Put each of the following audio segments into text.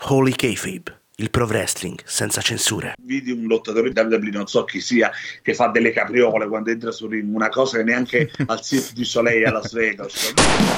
Holy Kayfabe, il pro wrestling senza censure. Vidi un lottatore di WWE, non so chi sia, che fa delle capriole quando entra sul ring, una cosa che neanche al Cirque du Soleil a Las Vegas.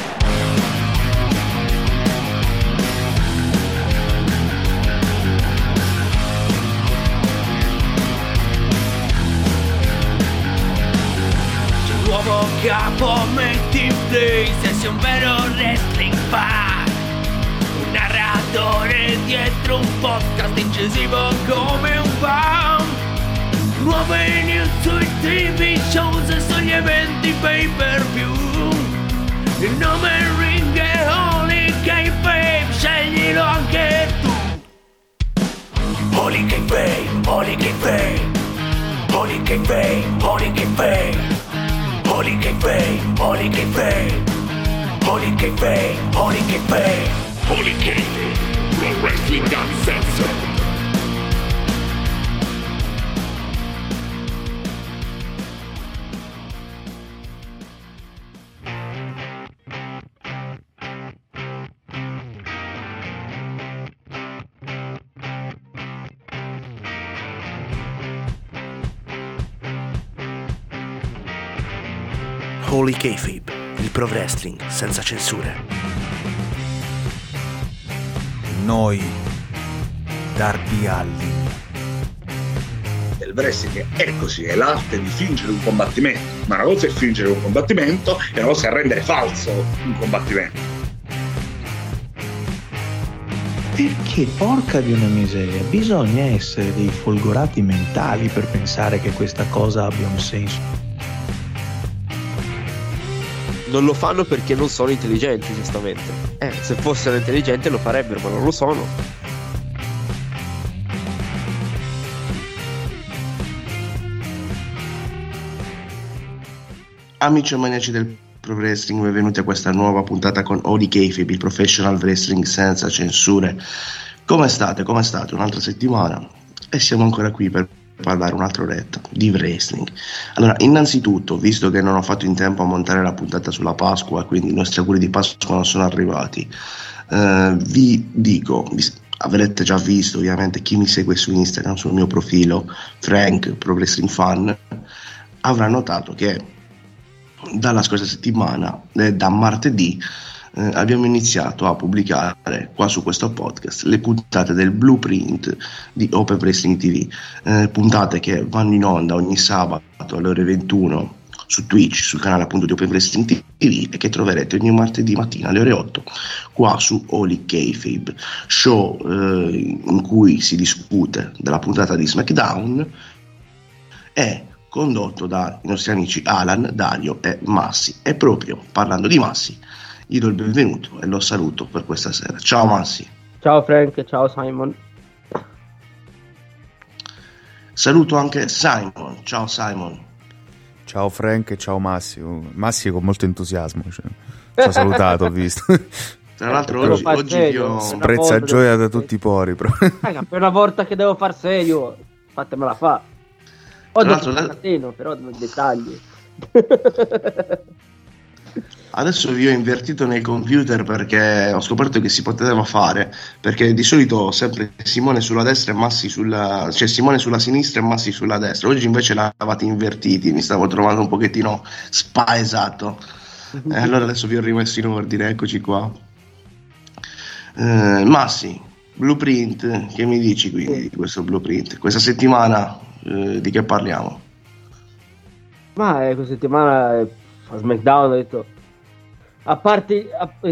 Nuovo capo, metti in play se sei un vero wrestling fan, un narratore dietro un podcast incisivo come un fan, nuove news sui TV shows e sugli eventi pay per view, il nome ring è Holy Kayfabe, sceglilo anche tu. Holy Kayfabe, Holy Kayfabe, Holy Kayfabe, Holy Kayfabe, Holy Kayfabe, Holy Kayfabe, Holy Kayfabe, Holy Kayfabe, Holy Kayfabe, Pro Wrestling Uncensored. Holy Kayfabe, il pro wrestling senza censure. Noi, Darby Allin. Il wrestling è così, è l'arte di fingere un combattimento, ma una cosa è fingere un combattimento e una cosa è rendere falso un combattimento. Perché, porca di una miseria, bisogna essere dei folgorati mentali per pensare che questa cosa abbia un senso. Non lo fanno perché non sono intelligenti, giustamente. Se fossero intelligenti lo farebbero, ma non lo sono. Amici e maniaci del Pro Wrestling, benvenuti a questa nuova puntata con Holy Kayfabe, il professional wrestling senza censure. Come state? Come state? Un'altra settimana e siamo ancora qui per parlare un'altra oretta di wrestling. Allora, innanzitutto, visto che non ho fatto in tempo a montare la puntata sulla Pasqua, quindi i nostri auguri di Pasqua non sono arrivati, vi dico, avrete già visto ovviamente, chi mi segue su Instagram, sul mio profilo Frank Pro Wrestling Fan, avrà notato che dalla scorsa settimana, da martedì, abbiamo iniziato a pubblicare qua su questo podcast le puntate del Blueprint di Open Wrestling TV, puntate che vanno in onda ogni sabato alle ore 21 su Twitch, sul canale appunto di Open Wrestling TV, e che troverete ogni martedì mattina alle ore 8 qua su Holy Kayfabe, show in cui si discute della puntata di SmackDown, e condotto dai nostri amici Alan, Dario e Massi. E proprio parlando di Massi, gli do il benvenuto e lo saluto per questa sera. Ciao Massi. Ciao Frank, ciao Simon. Saluto anche Simon. Ciao Simon. Ciao Frank e ciao Massi. Massi con molto entusiasmo, ci ha salutato, ho visto. Tra l'altro oggi io sprezza gioia da tutti i pori. Raga, per una volta che devo far serio, fatemela fa. Ho detto cateno, però dettagli. Adesso vi ho invertito nel computer perché ho scoperto che si poteva fare, perché di solito ho sempre Simone sulla destra e Massi cioè Simone sulla sinistra e Massi sulla destra. Oggi invece l'avete invertiti, mi stavo trovando un pochettino spaesato. Allora adesso vi ho rimesso in ordine, eccoci qua. Massi, Blueprint, che mi dici quindi di questo Blueprint? Questa settimana di che parliamo? Ma questa settimana a SmackDown ho detto, a parte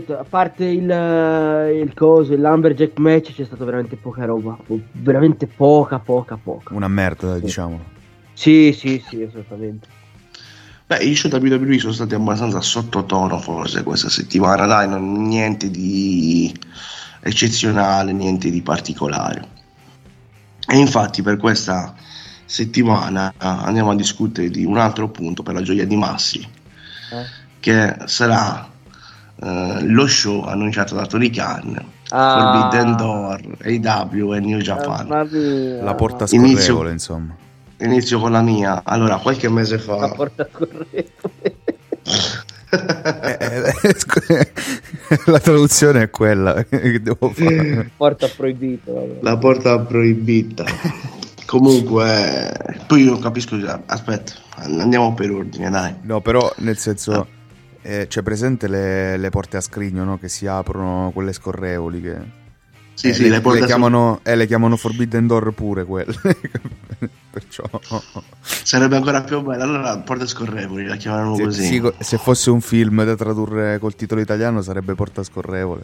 il coso, il Lumberjack match, c'è stata veramente poca roba, veramente poca. Una merda, diciamo. Sì, assolutamente. Beh, i show WWE sono stati abbastanza sottotono forse questa settimana, dai, niente di eccezionale, niente di particolare. E infatti per questa settimana andiamo a discutere di un altro punto per la gioia di Massi, che sarà lo show annunciato da Tony Khan, Forbidden Door, AEW e New Japan. La porta scorrevole, insomma. Inizio con la mia. Allora, qualche mese fa la porta scorrevole La traduzione è quella che devo fare. Porta proibito. Vabbè. La porta proibita. Comunque, poi io capisco. Aspetta, andiamo per ordine, dai. No, però nel senso, c'è presente le porte a scrigno, no? Che si aprono, quelle scorrevoli che... Sì, sì, le chiamano Forbidden Door pure quelle. Perciò sarebbe ancora più bella. Allora, porte scorrevoli la chiamano così. Sì, se fosse un film da tradurre col titolo italiano sarebbe Porta scorrevole.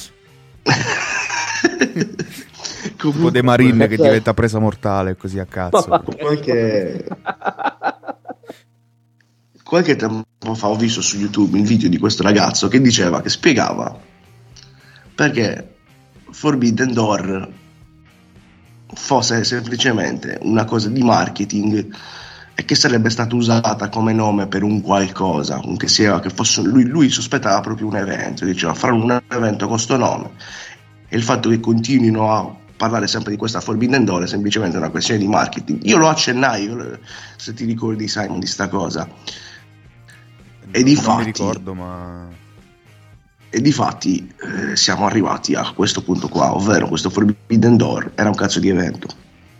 Tipo De Marin che diventa presa mortale così a cazzo. Qualche tempo fa ho visto su YouTube il video di questo ragazzo che diceva, che spiegava perché Forbidden Door fosse semplicemente una cosa di marketing e che sarebbe stata usata come nome per un qualcosa, che fosse lui sospettava proprio un evento, diceva farò un evento con sto nome, e il fatto che continuino a parlare sempre di questa Forbidden Door è semplicemente una questione di marketing. Io lo accennai, se ti ricordi, Simon, di sta cosa, e di fatti, mi ricordo, ma... E difatti siamo arrivati a questo punto qua, ovvero questo Forbidden Door era un cazzo di evento,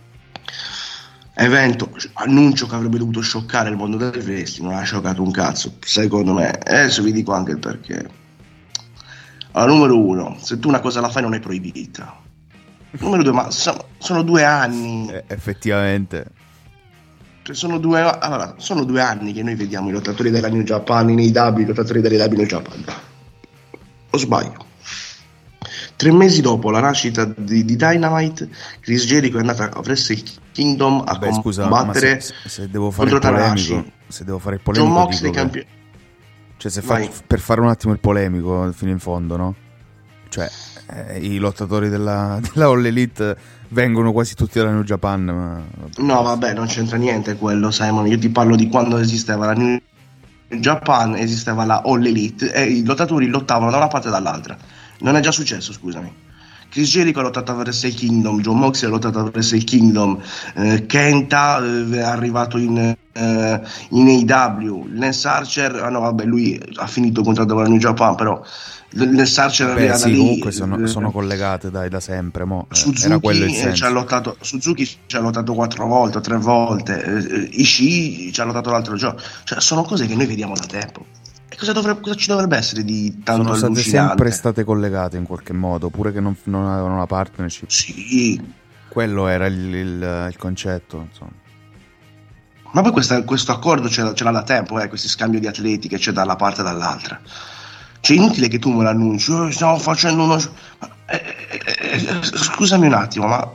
annuncio che avrebbe dovuto scioccare il mondo del wrestling, non ha scioccato un cazzo, secondo me. Adesso vi dico anche il perché. Allora, numero uno, se tu una cosa la fai non è proibita. Numero due, ma sono 2 anni. Effettivamente. Cioè, sono 2 anni che noi vediamo i lottatori della New Japan in AEW, i lottatori della AEW in New Japan. O sbaglio? 3 mesi dopo la nascita di Dynamite, Chris Jericho è andato a Wrestle Kingdom a combattere se devo fare il polemico, se devo fare il polemico, John Moxley cioè per fare un attimo il polemico fino in fondo, no? Cioè i lottatori della All Elite vengono quasi tutti dalla New Japan, ma... No, vabbè, non c'entra niente quello, Simon. Io ti parlo di quando esisteva la New Japan, esisteva la All Elite e i lottatori lottavano da una parte e dall'altra. Non è già successo, scusami. Chris Jericho ha lottato a Wrestle Kingdom, John Moxley ha lottato a Wrestle Kingdom, Kenta è arrivato in AEW, Lance Archer, no vabbè, lui ha finito il contratto con la New Japan, però Lance Archer arriva da lì. Comunque sono collegate da sempre, era quello il senso. Suzuki ci ha lottato 4 volte, 3 volte, Ishii ci ha lottato l'altro giorno, cioè sono cose che noi vediamo da tempo. E cosa ci dovrebbe essere di tanto sono state allucinante? sempre state collegate in qualche modo, pure che non avevano una partnership. Sì, quello era il concetto, insomma. Ma poi questo accordo ce l'ha da tempo, questi scambio di atleti che c'è da una parte e dall'altra. Cioè, inutile che tu me l'annunci, stiamo facendo uno... Scusami un attimo, ma...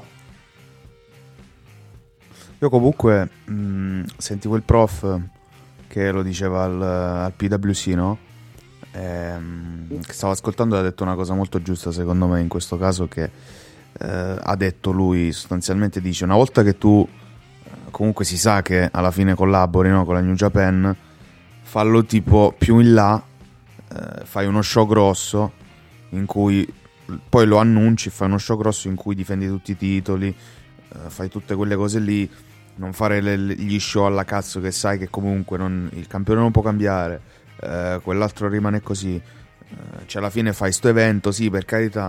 Io comunque sentivo il prof che lo diceva al PWC, no? Che stavo ascoltando e ha detto una cosa molto giusta secondo me in questo caso, che ha detto lui, sostanzialmente dice: una volta che tu comunque si sa che alla fine collabori, no, con la New Japan, fallo tipo più in là, fai uno show grosso in cui poi lo annunci, fai uno show grosso in cui difendi tutti i titoli, fai tutte quelle cose lì. Non fare gli show alla cazzo che sai che comunque il campione non può cambiare, quell'altro rimane così, cioè alla fine fai sto evento, sì, per carità,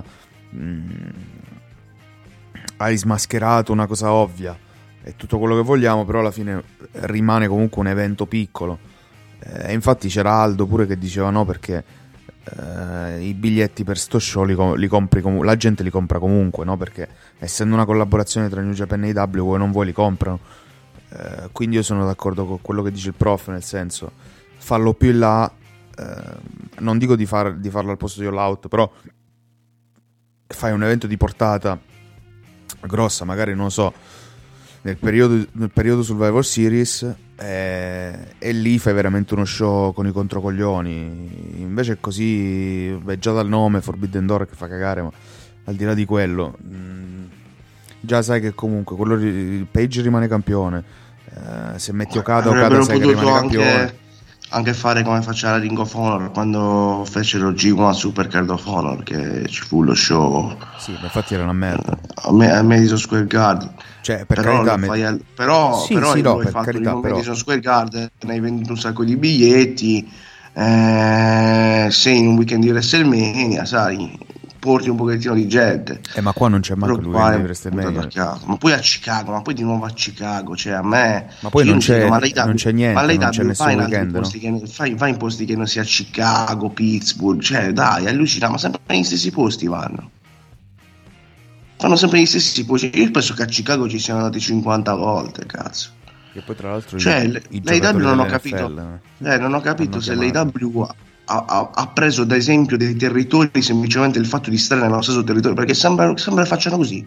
hai smascherato una cosa ovvia e tutto quello che vogliamo, però alla fine rimane comunque un evento piccolo, e infatti c'era Aldo pure che diceva no, perché i biglietti per sto show li compri la gente li compra comunque, no? Perché essendo una collaborazione tra New Japan e AEW, vuoi non vuoi li comprano, quindi io sono d'accordo con quello che dice il prof, nel senso, fallo più in là, non dico di farlo al posto di All Out, però fai un evento di portata grossa, magari non so, nel periodo Survivor Series, e lì fai veramente uno show con i controcoglioni. Invece è così, già dal nome Forbidden Door che fa cagare, ma al di là di quello, già sai che comunque Page rimane campione, se metti Okada sai che rimane campione. Anche fare come faceva Ring of Honor quando fecero G1 Supercard of Honor, che ci fu lo show. Sì, ma infatti era una merda. A Madison Square Garden. Cioè, per carità, però Madison Square Garden ne hai venduto un sacco di biglietti, sei in un weekend di WrestleMania, sai, porti un pochettino di gente. Ma qua non c'è manco il weekend di WrestleMania. Ma poi a Chicago, ma poi di nuovo a Chicago, cioè a me. Ma poi non c'è niente, ma lei non c'è nessun weekend, no? Vai in posti che non sia Chicago, Pittsburgh, cioè dai, allucina, ma sempre negli stessi posti vanno sempre gli stessi posti. Io penso che a Chicago ci siano andati 50 volte, cazzo. E poi tra l'altro cioè l'AEW non ho capito se l'AEW ha preso da esempio dei territori semplicemente il fatto di stare nello stesso territorio, perché sembra facciano così.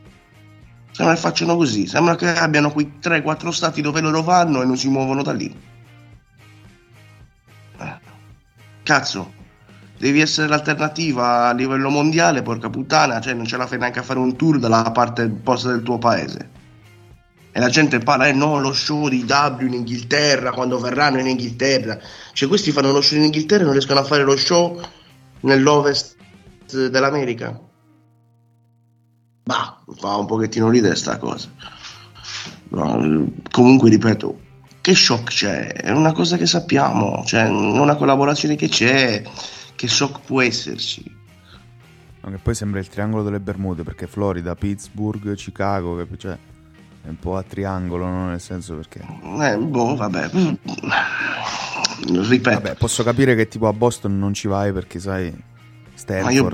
Sembra che abbiano quei 3-4 stati dove loro vanno e non si muovono da lì. Cazzo, devi essere l'alternativa a livello mondiale, porca puttana, cioè non ce la fai neanche a fare un tour dalla parte opposta del tuo paese. E la gente parla, no, lo show di W in Inghilterra, quando verranno in Inghilterra. Cioè questi fanno lo show in Inghilterra e non riescono a fare lo show nell'ovest dell'America. Bah, fa un pochettino ridere sta cosa. No, comunque ripeto, che shock c'è? È una cosa che sappiamo, cioè una collaborazione che c'è, che shock può esserci. Anche poi sembra il triangolo delle Bermude, perché Florida, Pittsburgh, Chicago, cioè è un po' a triangolo, no? Nel senso perché vabbè, ripeto, vabbè, posso capire che tipo a Boston non ci vai perché sai Stanford.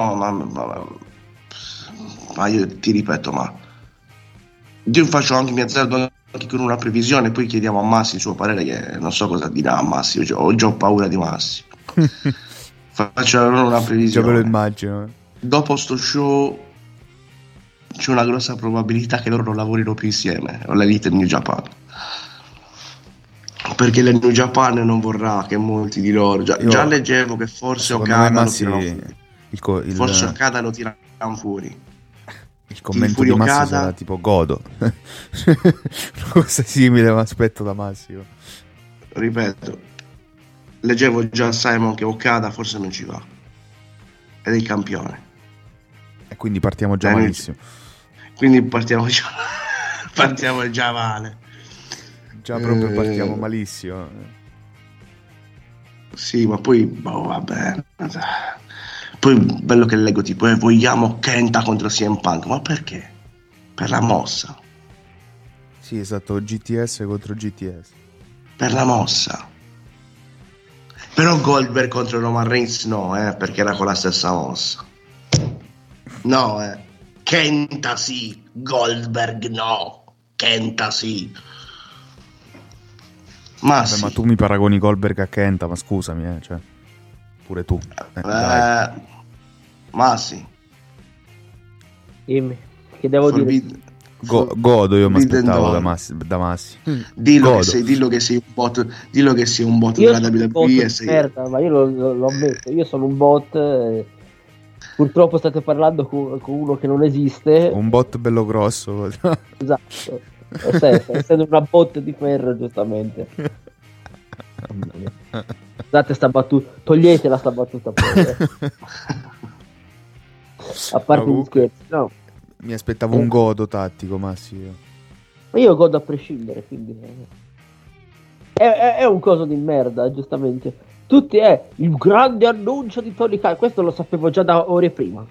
Ma io ti ripeto, ma io faccio anche mi azzardo anche con una previsione, poi chiediamo a Massi il suo parere, che non so cosa dirà a Massi, ho già paura di Massi. Faccio una previsione, già me lo immagino. Dopo sto show c'è una grossa probabilità che loro non lavorino più insieme, o l'Elite New Japan, perché la New Japan non vorrà che molti di loro già leggevo che forse Okada lo tirano fuori. Il commento di Massimo sarà tipo godo. Una cosa simile mi aspetto da Massimo. Ripeto, leggevo già Simon che Okada forse non ci va ed è il campione, e quindi partiamo già malissimo. Quindi partiamo già male. Già proprio partiamo malissimo. Sì, ma poi vabbè. Poi bello che leggo tipo vogliamo Kenta contro CM Punk, ma perché? Per la mossa. Sì, esatto, GTS contro GTS. Per la mossa. Però Goldberg contro Roman Reigns no, perché era con la stessa mossa. No, Kenta sì, Goldberg no, Kenta sì. Ma sì. Ma tu mi paragoni Goldberg a Kenta, ma scusami, cioè pure tu. Ma sì. Dimmi, che devo dire? Godo, io mi aspettavo da Massi. Dillo che sei un bot della WWE. Merda, ma io lo ammetto, io sono un bot. Purtroppo state parlando con uno che non esiste. Un bot bello grosso. Esatto. Essendo una bot di ferro, giustamente. Scusate sta battuta, toglietela sta battuta poi. A parte gli scherzi, no. Mi aspettavo un godo tattico, Massimo. Ma io godo a prescindere, quindi è un coso di merda, giustamente. Tutti il grande annuncio di Tony Khan, questo lo sapevo già da ore prima.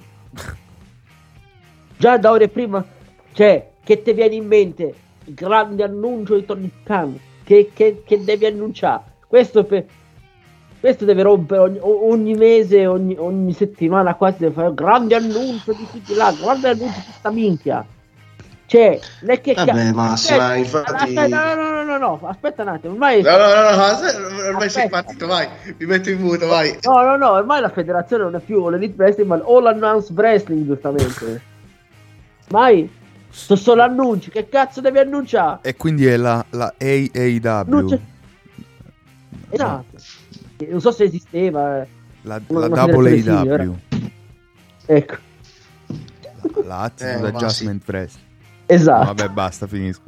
Cioè, che ti viene in mente il grande annuncio di Tony Khan che devi annunciare. Questo deve rompere ogni mese, ogni settimana quasi deve fare grande annuncio di tutti là, grande annuncio di sta minchia. Cioè, vabbè, Massimo, infatti. No, aspetta un attimo, ormai sei partito, vai, mi metto in muto, vai. No, ormai la federazione non è più l'Elite Wrestling, ma l'All Announced Wrestling, giustamente. Ormai sono solo annunci, che cazzo devi annunciare? E quindi è la AAW. Esatto. Non so se esisteva la double AW. Ecco. La Attitude Adjustment Wrestling. Esatto. No, vabbè, basta, finisco.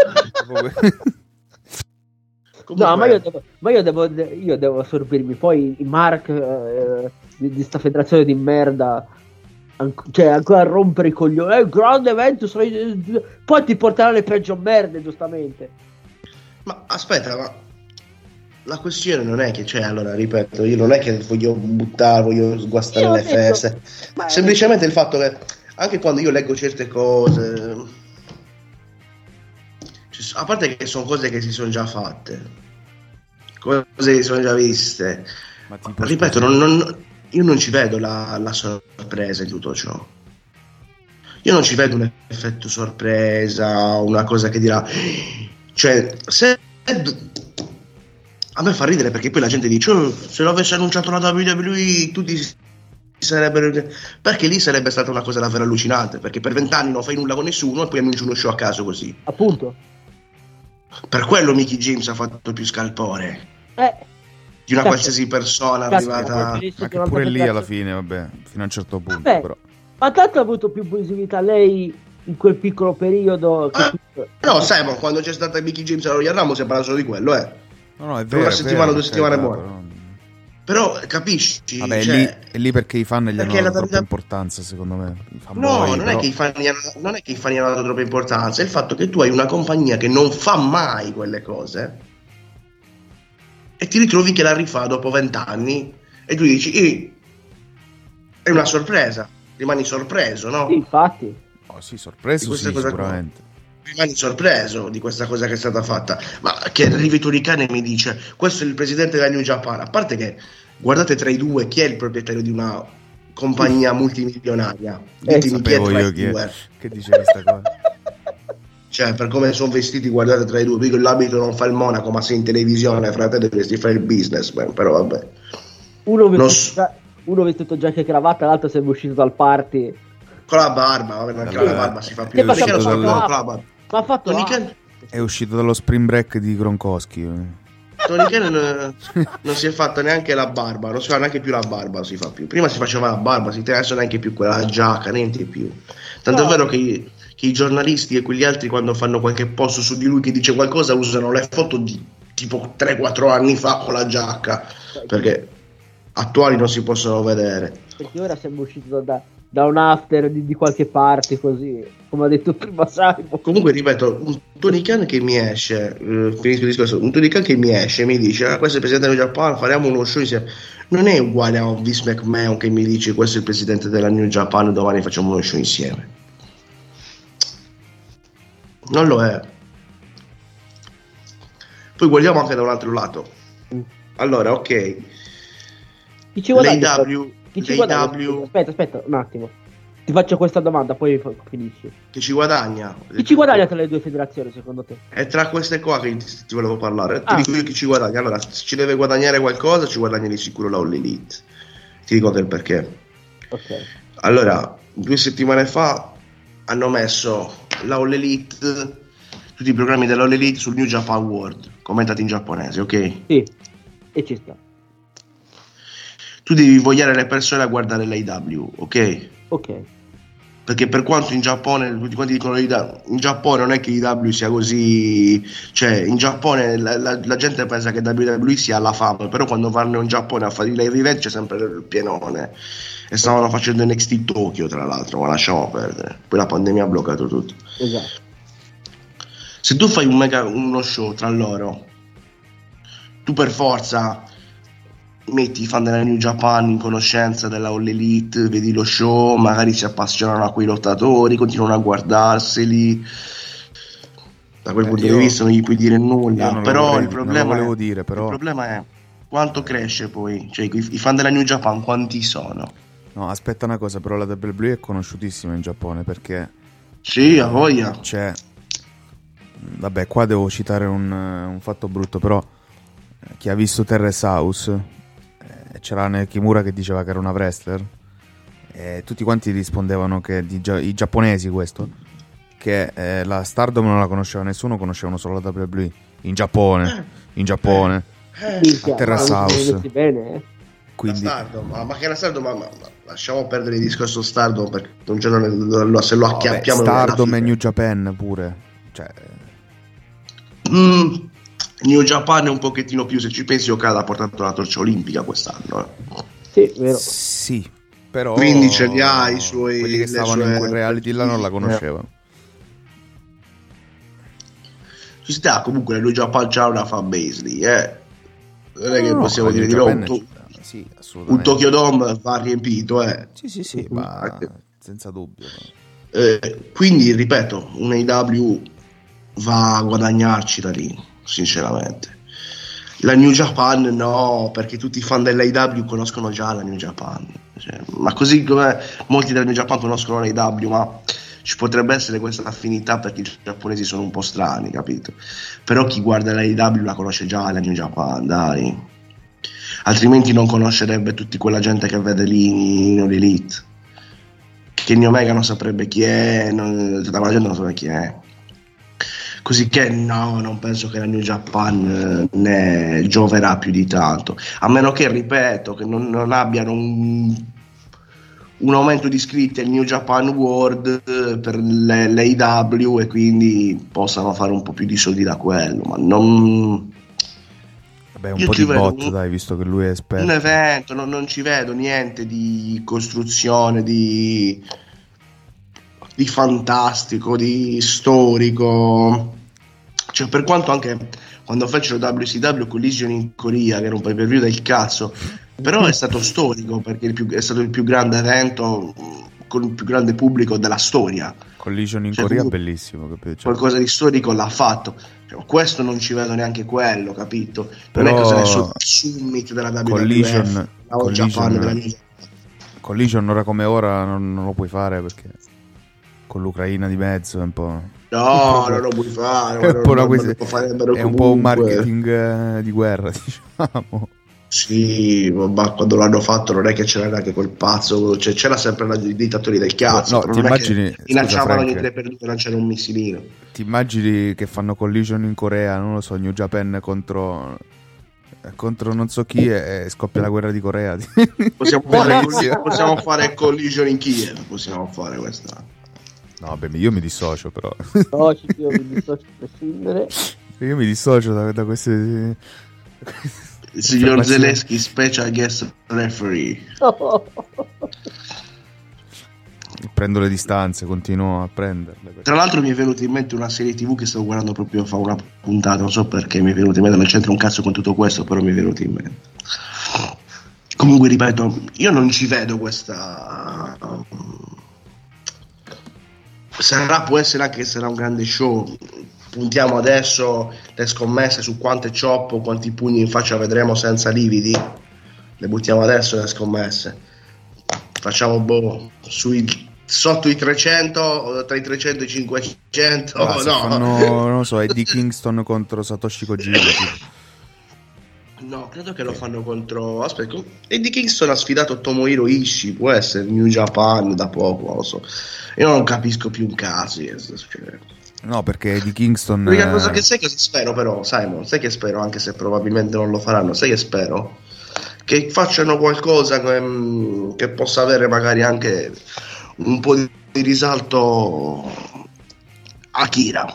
No, ma io devo assorbirmi poi i mark di sta federazione di merda. Cioè, ancora a rompere i coglioni. È un grande evento. Poi ti porterà le peggio merde, giustamente. Ma aspetta, ma la questione non è che, cioè, allora, ripeto, io non è che voglio buttare, voglio sguastare Io ho le detto- feste, ma- semplicemente il fatto che anche quando io leggo certe cose, a parte che sono cose che si sono già fatte, cose che si sono già viste, Ma tipo, ripeto, scusa, io non ci vedo la sorpresa in tutto ciò. Io non ci vedo un effetto sorpresa, una cosa che dirà, cioè, se a me fa ridere perché poi la gente dice, "Oh, se l'avesse annunciato la WWE tutti sarebbero, perché lì sarebbe stata una cosa davvero allucinante, perché per 20 anni non fai nulla con nessuno e poi annunci uno show a caso così. Appunto. Per quello Mickey James ha fatto più scalpore di una Certo. qualsiasi persona Certo, arrivata. poi ma che pure lì alla fine, vabbè, fino a un certo punto, Vabbè, però. ma tanto ha avuto più visibilità lei in quel piccolo periodo che No, sai, ma quando c'è stata Mickey James a Royal Rumble si è parlato solo di quello, No, è Per vero, una è settimana, vero, 2 per settimane carità, buone. Però capisci? Vabbè, Cioè, è lì perché i fan gli hanno perché dato la troppa WWE importanza, secondo me. I no, fanboy, non però. è che non è che i fan gli hanno dato troppa importanza, è il fatto che tu hai una compagnia che non fa mai quelle cose e ti ritrovi che la rifà dopo 20 anni e tu dici, è una sorpresa, rimani sorpreso, no? sì, infatti. Oh, sì, Di sorpreso, questa sì, cosa qua. sicuramente. Rimani sorpreso di questa cosa che è stata fatta, ma che arrivi Tony Khan e mi dice questo è il presidente della New Japan, a parte che guardate tra i due chi è il proprietario di una compagnia multimilionaria, ditemi chi è Sapevo tra io i due, che dice questa cosa. cioè per come sono vestiti guardate tra i due, dico l'abito non fa il monaco ma sei in televisione fratello dovresti fare il businessman, però vabbè. Uno Non vestito giacca e cravatta, l'altro sembra uscito dal party. con la barba, vabbè, anche con la barba si fa più, Che Tony facciamo? Khan uscito con dal- la barba. Ma ha fatto Tony ah, Khan È uscito dallo spring break di Gronkowski. Tony Khan non si è fatta neanche la barba, non si fa neanche più la barba, si fa più. Prima si faceva la barba, si adesso neanche più quella giacca, niente più. Tanto è vero che i giornalisti e quegli altri quando fanno qualche post su di lui che dice qualcosa usano le foto di tipo 3-4 anni fa con la giacca, perché attuali non si possono vedere. perché ora siamo usciti da un after di qualche parte così, come ha detto prima Simon. Comunque ripeto, un Tony Khan che mi esce, finisco il discorso, un Tony Khan che mi esce e mi dice questo è il presidente del Giappone, faremo uno show insieme, non è uguale a un Vince McMahon che mi dice questo è il presidente della New Japan, domani facciamo uno show insieme. Non lo è. Poi guardiamo anche da un altro lato. Allora, ok, Chi ci guadagna? l'AEW Chi ci guadagna? Aspetta un attimo. Ti faccio questa domanda, poi finisci. che ci guadagna. Chi ci guadagna tra le due federazioni, secondo te? È tra queste qua che ti volevo parlare. Ti Ah. dico io chi ci guadagna. Allora, se ci deve guadagnare qualcosa, ci guadagna di sicuro la All Elite. Ti dico anche il perché. Ok. Allora, 2 settimane fa hanno messo la All Elite, tutti i programmi della All Elite sul New Japan World, commentati in giapponese, ok? Sì, e ci sta. Tu devi vogliare le persone a guardare l'AEW, ok? Ok. Perché per quanto in Giappone, tutti quanti dicono in Giappone non è che l'AEW sia così, cioè in Giappone la gente pensa che WWE sia alla fame, però quando vanno in Giappone a fare i live event c'è sempre il pienone e stavano facendo NXT Tokyo tra l'altro, ma lasciamo perdere, poi la pandemia ha bloccato tutto. Esatto. Se tu fai uno show tra loro, tu per forza metti i fan della New Japan in conoscenza della All Elite, vedi lo show, magari si appassionano a quei lottatori, continuano a guardarseli. Da quel punto di vista non gli puoi dire io nulla, non lo però vorrei- il non lo problema volevo è, dire, però. il problema è quanto cresce poi, cioè i fan della New Japan quanti sono? No, aspetta una cosa, però la WWE è conosciutissima in Giappone perché Sì, a voglia. c'è... Vabbè, qua devo citare un fatto brutto, però chi ha visto Terrace House, c'era nel Kimura che diceva che era una wrestler, e tutti quanti rispondevano che i giapponesi questo, che la Stardom non la conosceva nessuno, conoscevano solo la WWE in Giappone, Minchia, a Terrace ma House. messi bene, eh? Quindi La Stardom, ma che la Stardom, ma lasciamo perdere il discorso Stardom perché un giorno se lo vabbè, acchiappiamo Stardom e New Japan pure, cioè New Japan è un pochettino più, se ci pensi Okada ha portato la torcia olimpica quest'anno, Sì, vero. sì, però quindi ce li ha i suoi, quelli che le stavano in sue- quel reality là non la conoscevano. Ci sta, comunque la New Japan c'ha una fanbase lì, Non è che No, possiamo la dire New di no. Japan sì, Un assolutamente. Tokyo Dome va riempito, Sì, ma senza dubbio. Quindi, ripeto, un AEW va a guadagnarci da lì, sinceramente. La New Japan no, perché tutti i fan dell'AEW conoscono già la New Japan. Cioè, ma così come molti della New Japan conoscono l'AEW, ma ci potrebbe essere questa affinità perché i giapponesi sono un po' strani, capito? Però chi guarda l'AEW la conosce già la New Japan, dai. Altrimenti non conoscerebbe tutta quella gente che vede lì in Elite. Kenny Omega non saprebbe chi è, tutta la gente non saprebbe chi è. Così che no, non penso che la New Japan ne gioverà più di tanto, a meno che, ripeto, che non abbiano un aumento di iscritti al New Japan World per l'AEW e quindi possano fare un po' più di soldi da quello, ma non... Vabbè, un Io po' ci di vedo bot, dai, visto che lui è esperto. un evento, non ci vedo niente di costruzione, di fantastico, di storico. Cioè, per quanto anche quando fecero WCW Collision in Corea, che era un pay-per-view del cazzo, però è stato storico perché è stato il più grande evento con il più grande pubblico della storia. Collision in Cioè, Corea, comunque, bellissimo, capito? qualcosa di storico l'ha fatto. Cioè, questo non ci vedo neanche quello, capito? Non Però è cosa sul summit della WWF, Collision, la All Japan della Collision ora come ora non lo puoi fare perché con l'Ucraina di mezzo è un po'... No, non lo puoi fare, è un po' una non questione- lo farebbero è un po' un comunque. marketing di guerra, diciamo. Sì, ma quando l'hanno fatto non è che c'era neanche quel pazzo, cioè, c'era sempre i dittatori del cazzo, No, però ti non è immagini- che minacciavano scusa, ogni Frank. 3x2 lanciare un missilino. Ti immagini che fanno Collision in Corea, non lo so, New Japan contro non so chi e scoppia la guerra di Corea. Possiamo fare Collision in Kiev, possiamo fare questa. No, beh, io mi dissocio però. No, io mi dissocio a prescindere. Io mi dissocio da queste... Il signor Informazioni. Zelensky, special guest referee. Prendo le distanze, continuo a prenderle. Tra l'altro mi è venuta in mente una serie TV che stavo guardando proprio fa una puntata, non so perché mi è venuta in mente, non c'entra un cazzo con tutto questo, però mi è venuta in mente. Comunque ripeto, io non ci vedo questa... può essere anche che sarà un grande show. Puntiamo adesso le scommesse su quante chop o quanti pugni in faccia vedremo senza lividi. Le buttiamo adesso le scommesse. Facciamo sotto i 300, tra i 300 e i 500. Ah, se no. fanno, non lo so, Eddie Kingston contro Satoshi Kojima. Tipo. No, credo che lo fanno contro... Aspetta, Eddie Kingston ha sfidato Tomohiro Ishii, può essere New Japan da poco, non lo so. Io non capisco più un caso. No, perché Eddie Kingston... L'unica cosa che sai cosa spero però, Simon, sai che spero, anche se probabilmente non lo faranno, sai che spero? Che facciano qualcosa che possa avere magari anche un po' di risalto Akira.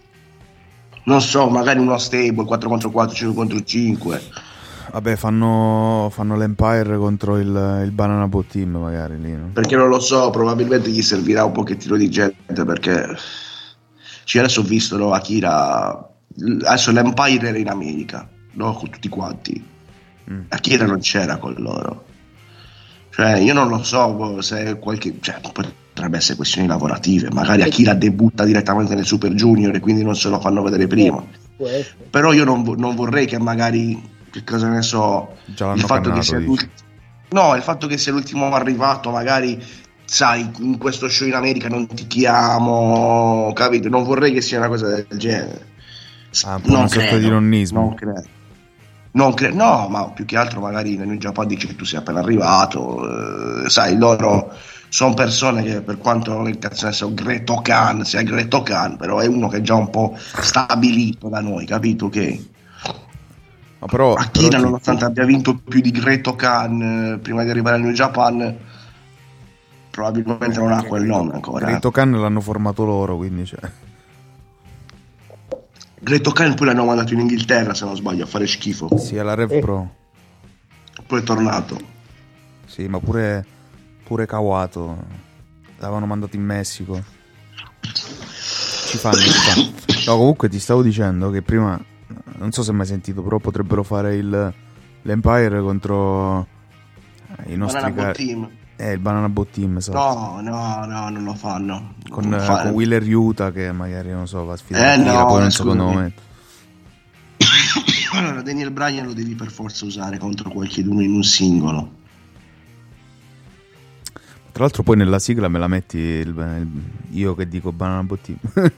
Non so, magari uno stable 4 contro 4, 5 contro 5. Vabbè, fanno l'Empire contro il Banana Boat Team magari lì, no? Perché non lo so, probabilmente gli servirà un pochettino di gente, perché adesso ho visto, no, Akira, adesso l'Empire era in America, no, con tutti quanti. Akira non c'era con loro. Cioè, io non lo so se potrebbe essere questioni lavorative, magari Akira debutta direttamente nel Super Junior e quindi non se lo fanno vedere prima. Però io non vorrei che magari, che cosa ne so, Già l'hanno il fatto cannato, che sia il fatto che sia l'ultimo arrivato, magari sai, in questo show in America non ti chiamo, capito? Non vorrei che sia una cosa del genere. Un po' una sorta di nonnismo. Non credo, no, ma più che altro magari nel Giappone dici che tu sei appena arrivato, sai, loro sono persone che, per quanto non è il cazzo ne sia Greto Khan, però è uno che è già un po' stabilito da noi, capito? Che Ma però Akira, nonostante abbia vinto più di Greto Khan prima di arrivare al New Japan, probabilmente non ha quel nome ancora. Greto Khan l'hanno formato loro, quindi Greto Khan poi l'hanno mandato in Inghilterra, se non sbaglio, a fare schifo. Sì, alla Rev Pro. Poi è tornato. Sì, ma pure Kawato l'avevano mandato in Messico. Ci fanno. No, comunque ti stavo dicendo che prima non so se hai mai sentito, però potrebbero fare l'Empire contro i nostri Banana Boat Team. il Banana Boat Team, esatto. No, non lo fanno. Con Non fanno. Wheeler Yuta che magari, non so, va a sfidare No, Kira, poi in un scusami. secondo momento. Allora, Daniel Bryan lo devi per forza usare contro qualcuno in un singolo. Tra l'altro poi nella sigla me la metti io che dico Banana Boat Team.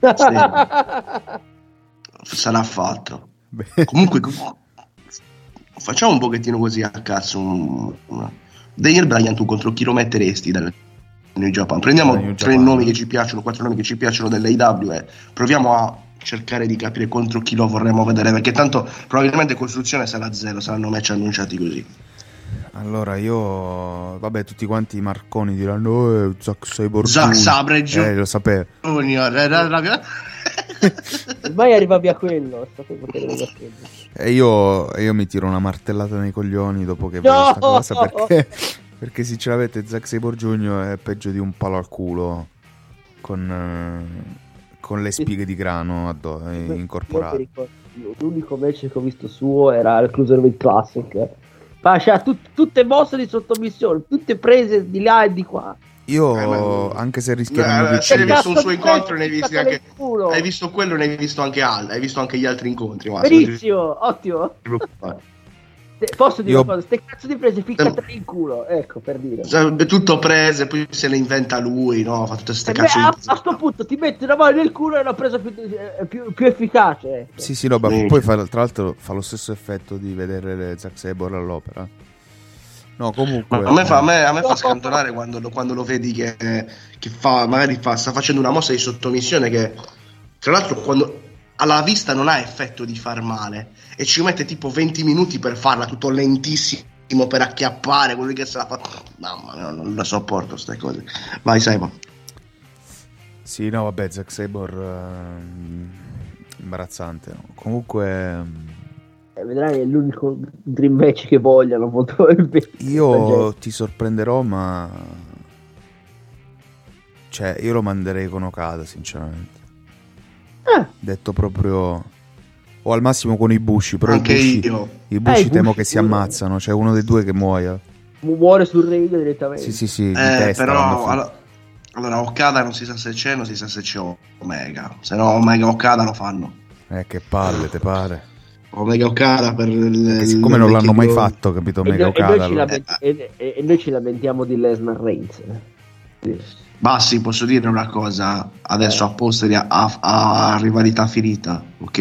Sarà fatto. Beh. Comunque, facciamo un pochettino così a cazzo. Daniel Bryan, tu contro chi lo metteresti dal New Japan? Prendiamo New 3 Japan. nomi che ci piacciono, 4 nomi che ci piacciono dell'AEW e proviamo a cercare di capire contro chi lo vorremmo vedere, perché tanto probabilmente costruzione sarà zero, saranno match annunciati così. Allora io, vabbè, tutti quanti i marconi diranno Zack Sabre Zack Jr. Sabre lo sapevo. Ormai arrivavi a quello. Sapevo che arrivavi a quello. E io mi tiro una martellata nei coglioni dopo che No! vedo sta cosa, perché sinceramente Zack Sabre Jr. è peggio di un palo al culo con le spighe di grano Io mi incorporate. ricordo, l'unico match che ho visto suo era il Cruiserweight Classic. Faceva tutte mosse di sottomissione, tutte prese di là e di qua. Io, anche se rischieranno di Se hai uccidere, visto un suo incontro, ne hai visti Ficcata anche. nel culo. Hai visto quello, ne hai visto anche altri. Hai visto anche gli altri incontri. Ma Benissimo, ottimo. Posso dire Io- una cosa? Ste cazzo di prese ficcate in culo, ecco, per dire. tutto prese, poi se le inventa lui, no? Fa tutte queste Beh, cazzo a sto punto ti metti una mano nel culo e è una presa più efficace. Ecco. sì, no, Sì. poi tra l'altro fa lo stesso effetto di vedere Zack Sabre all'opera. No, comunque Ma a me fa scantonare quando lo vedi che fa, magari sta facendo una mossa di sottomissione che, tra l'altro, quando alla vista non ha effetto di far male e ci mette tipo 20 minuti per farla, tutto lentissimo per acchiappare quello che se la fa. Mamma mia, non la sopporto ste cose. Vai, Simon. Sì, no, vabbè, Zack Sabre imbarazzante. No? Comunque Vedrai, è l'unico dream match che vogliono molto probabilmente. io ti sorprenderò, ma cioè io lo manderei con Okada, sinceramente. Detto proprio, o al massimo con i Bushi, però Anche i io. Bushi i temo Bushi che si pure. ammazzano, cioè uno dei due che muoia. Muore sul ring direttamente. Sì, di testa. Però vanno allora Okada non si sa se c'è, non si sa se c'è Omega. Se no Omega Okada lo fanno. che palle, te pare? Omega Okada per Perché siccome non l'hanno mai fatto, capito? E Mega noi, Okada. e noi ci lamentiamo di Lesnar Reigns. Sì. Bassi, posso dire una cosa adesso a posteri a rivalità finita, ok?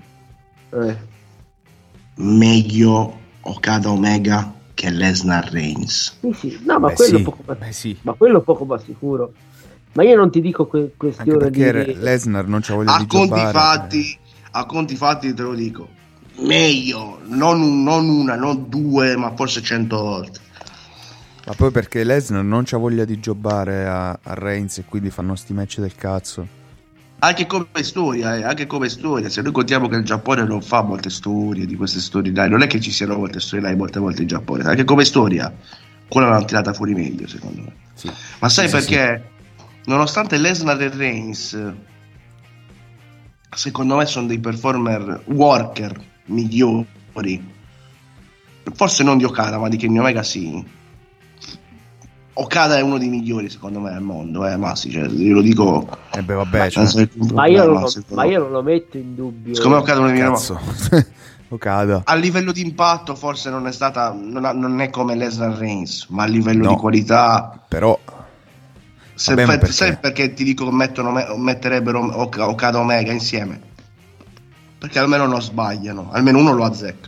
Meglio Okada Omega che Lesnar Reigns. Sì. No, ma Beh, quello sì. poco ma, Beh, sì. ma quello poco ma sicuro. Ma io non ti dico Anche questione perché di Lesnar non c'ha voglia A di conti giocare. fatti te lo dico. Meglio, non una, non due, ma forse 100 volte. Ma poi perché Lesnar non c'ha voglia di giocare a Reigns e quindi fanno sti match del cazzo. Anche come storia, se noi contiamo che il Giappone non fa molte storie di queste storyline, non è che ci siano molte storyline molte volte in Giappone, anche come storia quella l'hanno tirata fuori meglio secondo me. Sì. Ma sai Sì, perché? Nonostante Lesnar e Reigns secondo me sono dei performer worker migliori, forse non di Okada ma di Kenny Omega sì. Okada è uno dei migliori secondo me al mondo, ma sì, cioè, io lo dico. Beh, vabbè, cioè, ma io non lo metto in dubbio. Secondo me Okada è uno dei migliori. cazzo. Okada. A livello di impatto forse non è stata non è come Lesnar Reigns, ma a livello No. di qualità Però vabbè, ma perché? sai perché ti dico che metterebbero Okada Omega insieme? Perché almeno non sbagliano, almeno uno lo azzecca.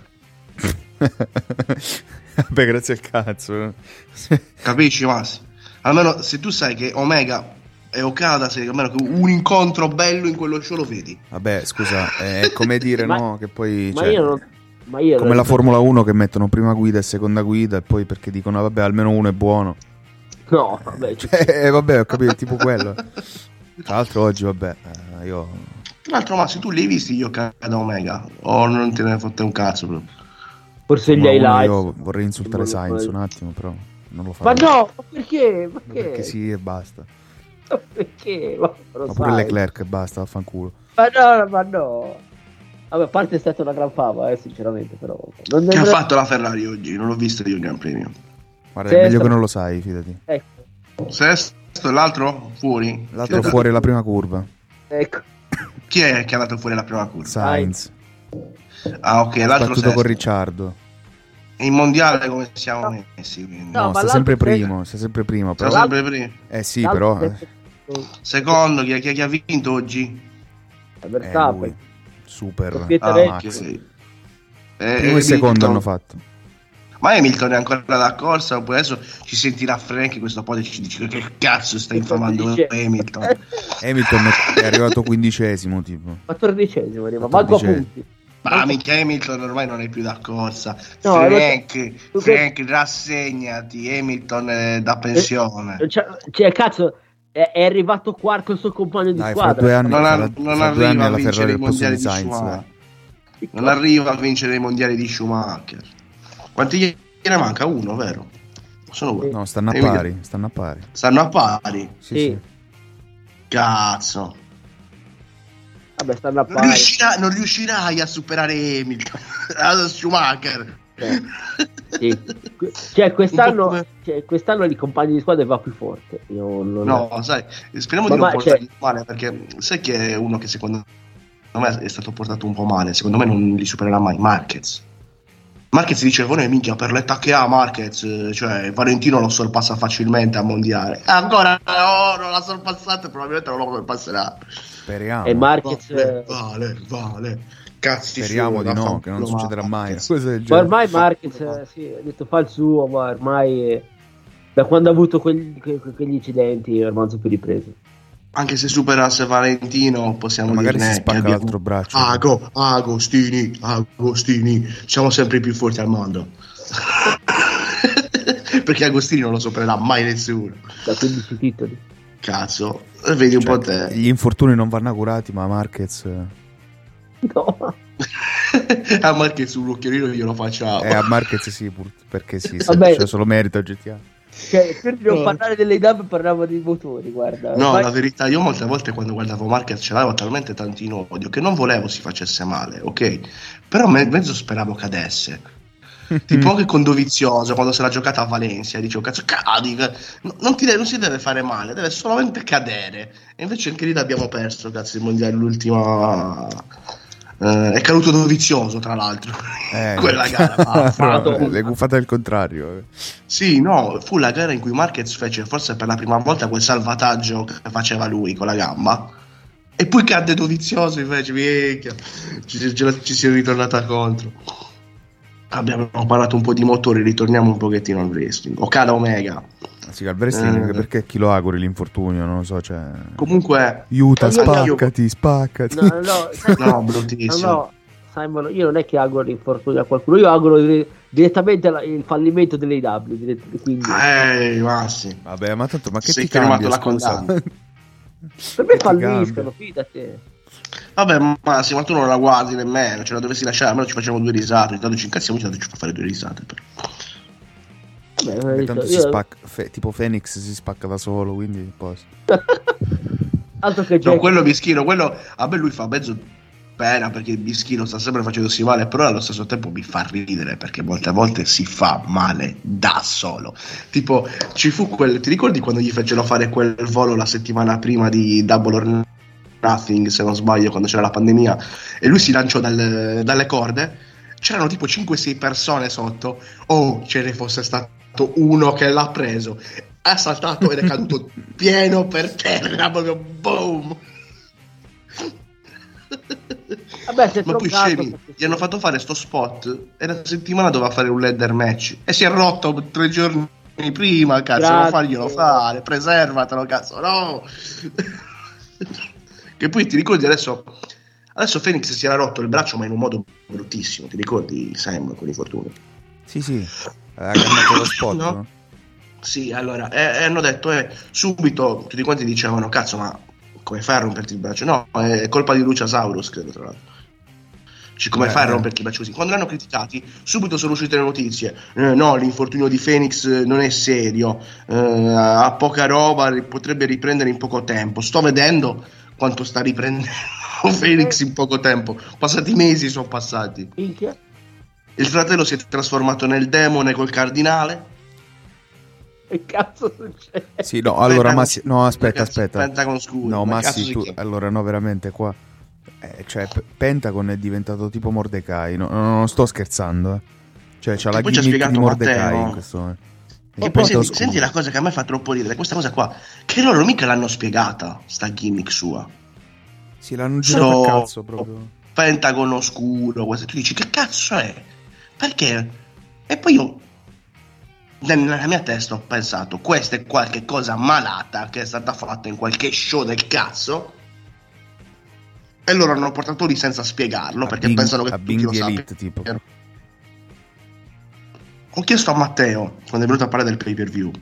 Vabbè, grazie al cazzo. Capisci, Massi? Almeno se tu sai che Omega e Okada, se almeno che un incontro bello in quello show lo vedi. Vabbè, scusa, è come dire, Ma- no? Che poi Ma cioè, io non. Ma io come non- la Formula 1 che mettono prima guida e seconda guida e poi perché dicono vabbè, almeno uno è buono. No, vabbè, Vabbè, ho capito, è tipo quello. Tra l'altro oggi, vabbè, io Tra l'altro, Massi, tu li hai visti gli Okada Omega? O non te ne fotte un cazzo proprio? forse gli Formula 1 highlights. io vorrei insultare Sainz un attimo, però non lo Ma farò. no, ma perché? Ma Perché sì e basta. Perché? Ma, lo Ma pure sai. Leclerc e basta, vaffanculo. Ma no. Vabbè, a parte è stata una gran fava, sinceramente, però. Che ha fatto la Ferrari oggi? Non l'ho visto io il Gran Premio. Guarda, è meglio che non lo sai, fidati. Ecco. Sesto e l'altro fuori? L'altro fuori la prima curva. Ecco. Chi è che è andato fuori la prima curva? Sainz. Ah, ok, l'altro Battuto sesto. con Ricciardo. E in mondiale come siamo messi? Quindi? No, No, ma sta sempre l'altro primo, sta sempre primo. Siamo Però... sempre primi. sì, però... Secondo, chi ha vinto oggi? Verstappen. lui. Super. Doppietta Ah, vecchia. ok. Primo e secondo hanno fatto. Ma Hamilton è ancora da corsa? Oppure adesso ci sentirà Frank in questo pod e ci dice che cazzo sta infamando Hamilton? Hamilton è arrivato 15esimo, tipo. 14esimo arriva, manco a 14esimo. punti. Ma mica Hamilton ormai non è più da corsa. No, Frank, rassegnati, Hamilton è da pensione. Cioè, cazzo, è arrivato quarto il suo compagno di Dai, fra squadra. 2 anni, Non fra 2 anni arriva a alla vincere Ferrari i al posto mondiali di di Sainz. Schumacher. dai. Non arriva a vincere i mondiali di Schumacher. Quanti gliene manca? Uno, vero? Sono due. No, stanno a E pari. Stanno a pari. Stanno a pari. Sì, Sì. sì. Cazzo. Vabbè, stanno a pari. Non riuscirai a superare Hamilton. Schumacher. Sì. Cioè, Un po' quest'anno i compagni di squadra va più forte. Io non... No, sai, speriamo Ma di non va, portarli male, perché sai che è uno che secondo me è stato portato un po' male, secondo me non li supererà mai, Marquez dice, minchia, per l'età che ha Marquez, cioè Valentino lo sorpassa facilmente a mondiale, ancora no, non l'ha sorpassato e probabilmente non lo sorpasserà. Speriamo. E Marquez... Vale. Cazzi, Speriamo di no, che non succederà mai una cosa del genere. Ma ormai Marquez sì, ha detto fa il suo, ma ormai da quando ha avuto quegli incidenti ormai non si è più ripreso. Anche se superasse Valentino possiamo magari dirne si spacca che abbiamo- l'altro braccio. Agostini, siamo sempre i più forti al mondo. Perché Agostini non lo supererà mai nessuno. Da 15 titoli. Cazzo, vedi un Cioè, po' te. gli infortuni non vanno curati, ma Marquez No. A Marquez un occhiolino glielo facciamo. a Marquez sì, perché sì, Vabbè. cioè, solo merito oggettivamente. Cioè, per non parlare delle idee parlavo dei motori, guarda. No, Ormai- la verità, io molte volte quando guardavo Marquez ce l'avevo talmente tanto in odio che non volevo si facesse male, ok? Però mezzo speravo cadesse. Tipo anche con Dovizioso, quando se l'ha giocata a Valencia, dicevo, cazzo, cadi, non si deve fare male, deve solamente cadere. E invece anche lì l'abbiamo perso, cazzo, il mondiale, l'ultima... è caduto Dovizioso, tra l'altro, quella gara. Le gufate al contrario. Sì, no, fu la gara in cui Marquez fece forse per la prima volta quel salvataggio che faceva lui con la gamba e poi cadde Dovizioso invece, minchia, ci si è ritornata contro. Abbiamo parlato un po' di motori, ritorniamo un pochettino al wrestling. Okada Omega. Sì, al wrestling perché chi lo auguri l'infortunio, non lo so, cioè... Comunque Aiuta, Io- spaccati. No, bruttissimo. No, Simon, io non è che auguro l'infortunio a qualcuno, io auguro direttamente il fallimento delle AEW. Quindi, Massi. Vabbè, ma tanto, ma che Sei ti fermato cambia, la scusa? condanna. per me ti falliscono, cambia? fidati. Vabbè, Massi, ma tu non la guardi nemmeno, ce la dovessi lasciare, almeno ci facciamo due risate, intanto ci incassiamo, ci fa fare due risate. Però. Vabbè, E tanto si io- spacca, tipo Phoenix si spacca da solo, quindi poi... altro che No, Jack. quello Bischino, quello a me lui fa mezzo pena perché Bischino sta sempre facendosi male, però allo stesso tempo mi fa ridere perché molte volte si fa male da solo. Tipo, ci fu ti ricordi quando gli fecero fare quel volo la settimana prima di Double or Nothing, se non sbaglio, quando c'era la pandemia, e lui si lanciò dalle corde, c'erano tipo 5-6 persone sotto, ce ne fosse stato uno che l'ha preso, ha saltato ed è caduto pieno per terra, proprio boom. Vabbè, si è Ma poi troncato, scemi, gli hanno fatto fare sto spot e la settimana doveva fare un ladder match e si è rotto 3 giorni prima, cazzo, Grazie. non farglielo fare, preservatelo, cazzo, no. Che poi ti ricordi adesso Phoenix si era rotto il braccio ma in un modo bruttissimo, ti ricordi Sam con l'infortunio? Sì, ha cambiato lo spot, No. no? Sì, allora, hanno detto subito, tutti quanti dicevano, cazzo, ma come fai a romperti il braccio? No, è colpa di Luciasaurus, credo, tra l'altro. Come fai a romperti il braccio così? Quando l'hanno criticati, subito sono uscite le notizie. No, l'infortunio di Phoenix non è serio, ha poca roba, potrebbe riprendere in poco tempo. Sto vedendo quanto sta riprendendo Phoenix in poco tempo. Passati mesi sono passati. Minchia. Il fratello si è trasformato nel demone col cardinale. Che cazzo succede? Sì, no, allora Pentagon- no, aspetta. Pentagon scuro. No, Ma cazzo Massi, si tu, chiama? allora no, veramente qua. Cioè, Pentagon è diventato tipo Mordecai. Non sto scherzando, eh. Cioè, c'ha la poi ci ha gimmick di spiegato Mordecai Matteo. in questo momento. E poi senti la cosa che a me fa troppo ridere, questa cosa qua, che loro mica l'hanno spiegata, sta gimmick sua. Sì, l'hanno girato Sono a cazzo proprio. Pentagon oscuro, tu dici che cazzo è? Perché? E poi io nella mia testa ho pensato, questa è qualche cosa malata che è stata fatta in qualche show del cazzo e loro hanno portato lì senza spiegarlo perché pensano che a tutti Bing lo the sappiano. Elite, tipo. Ho chiesto a Matteo quando è venuto a parlare del pay per view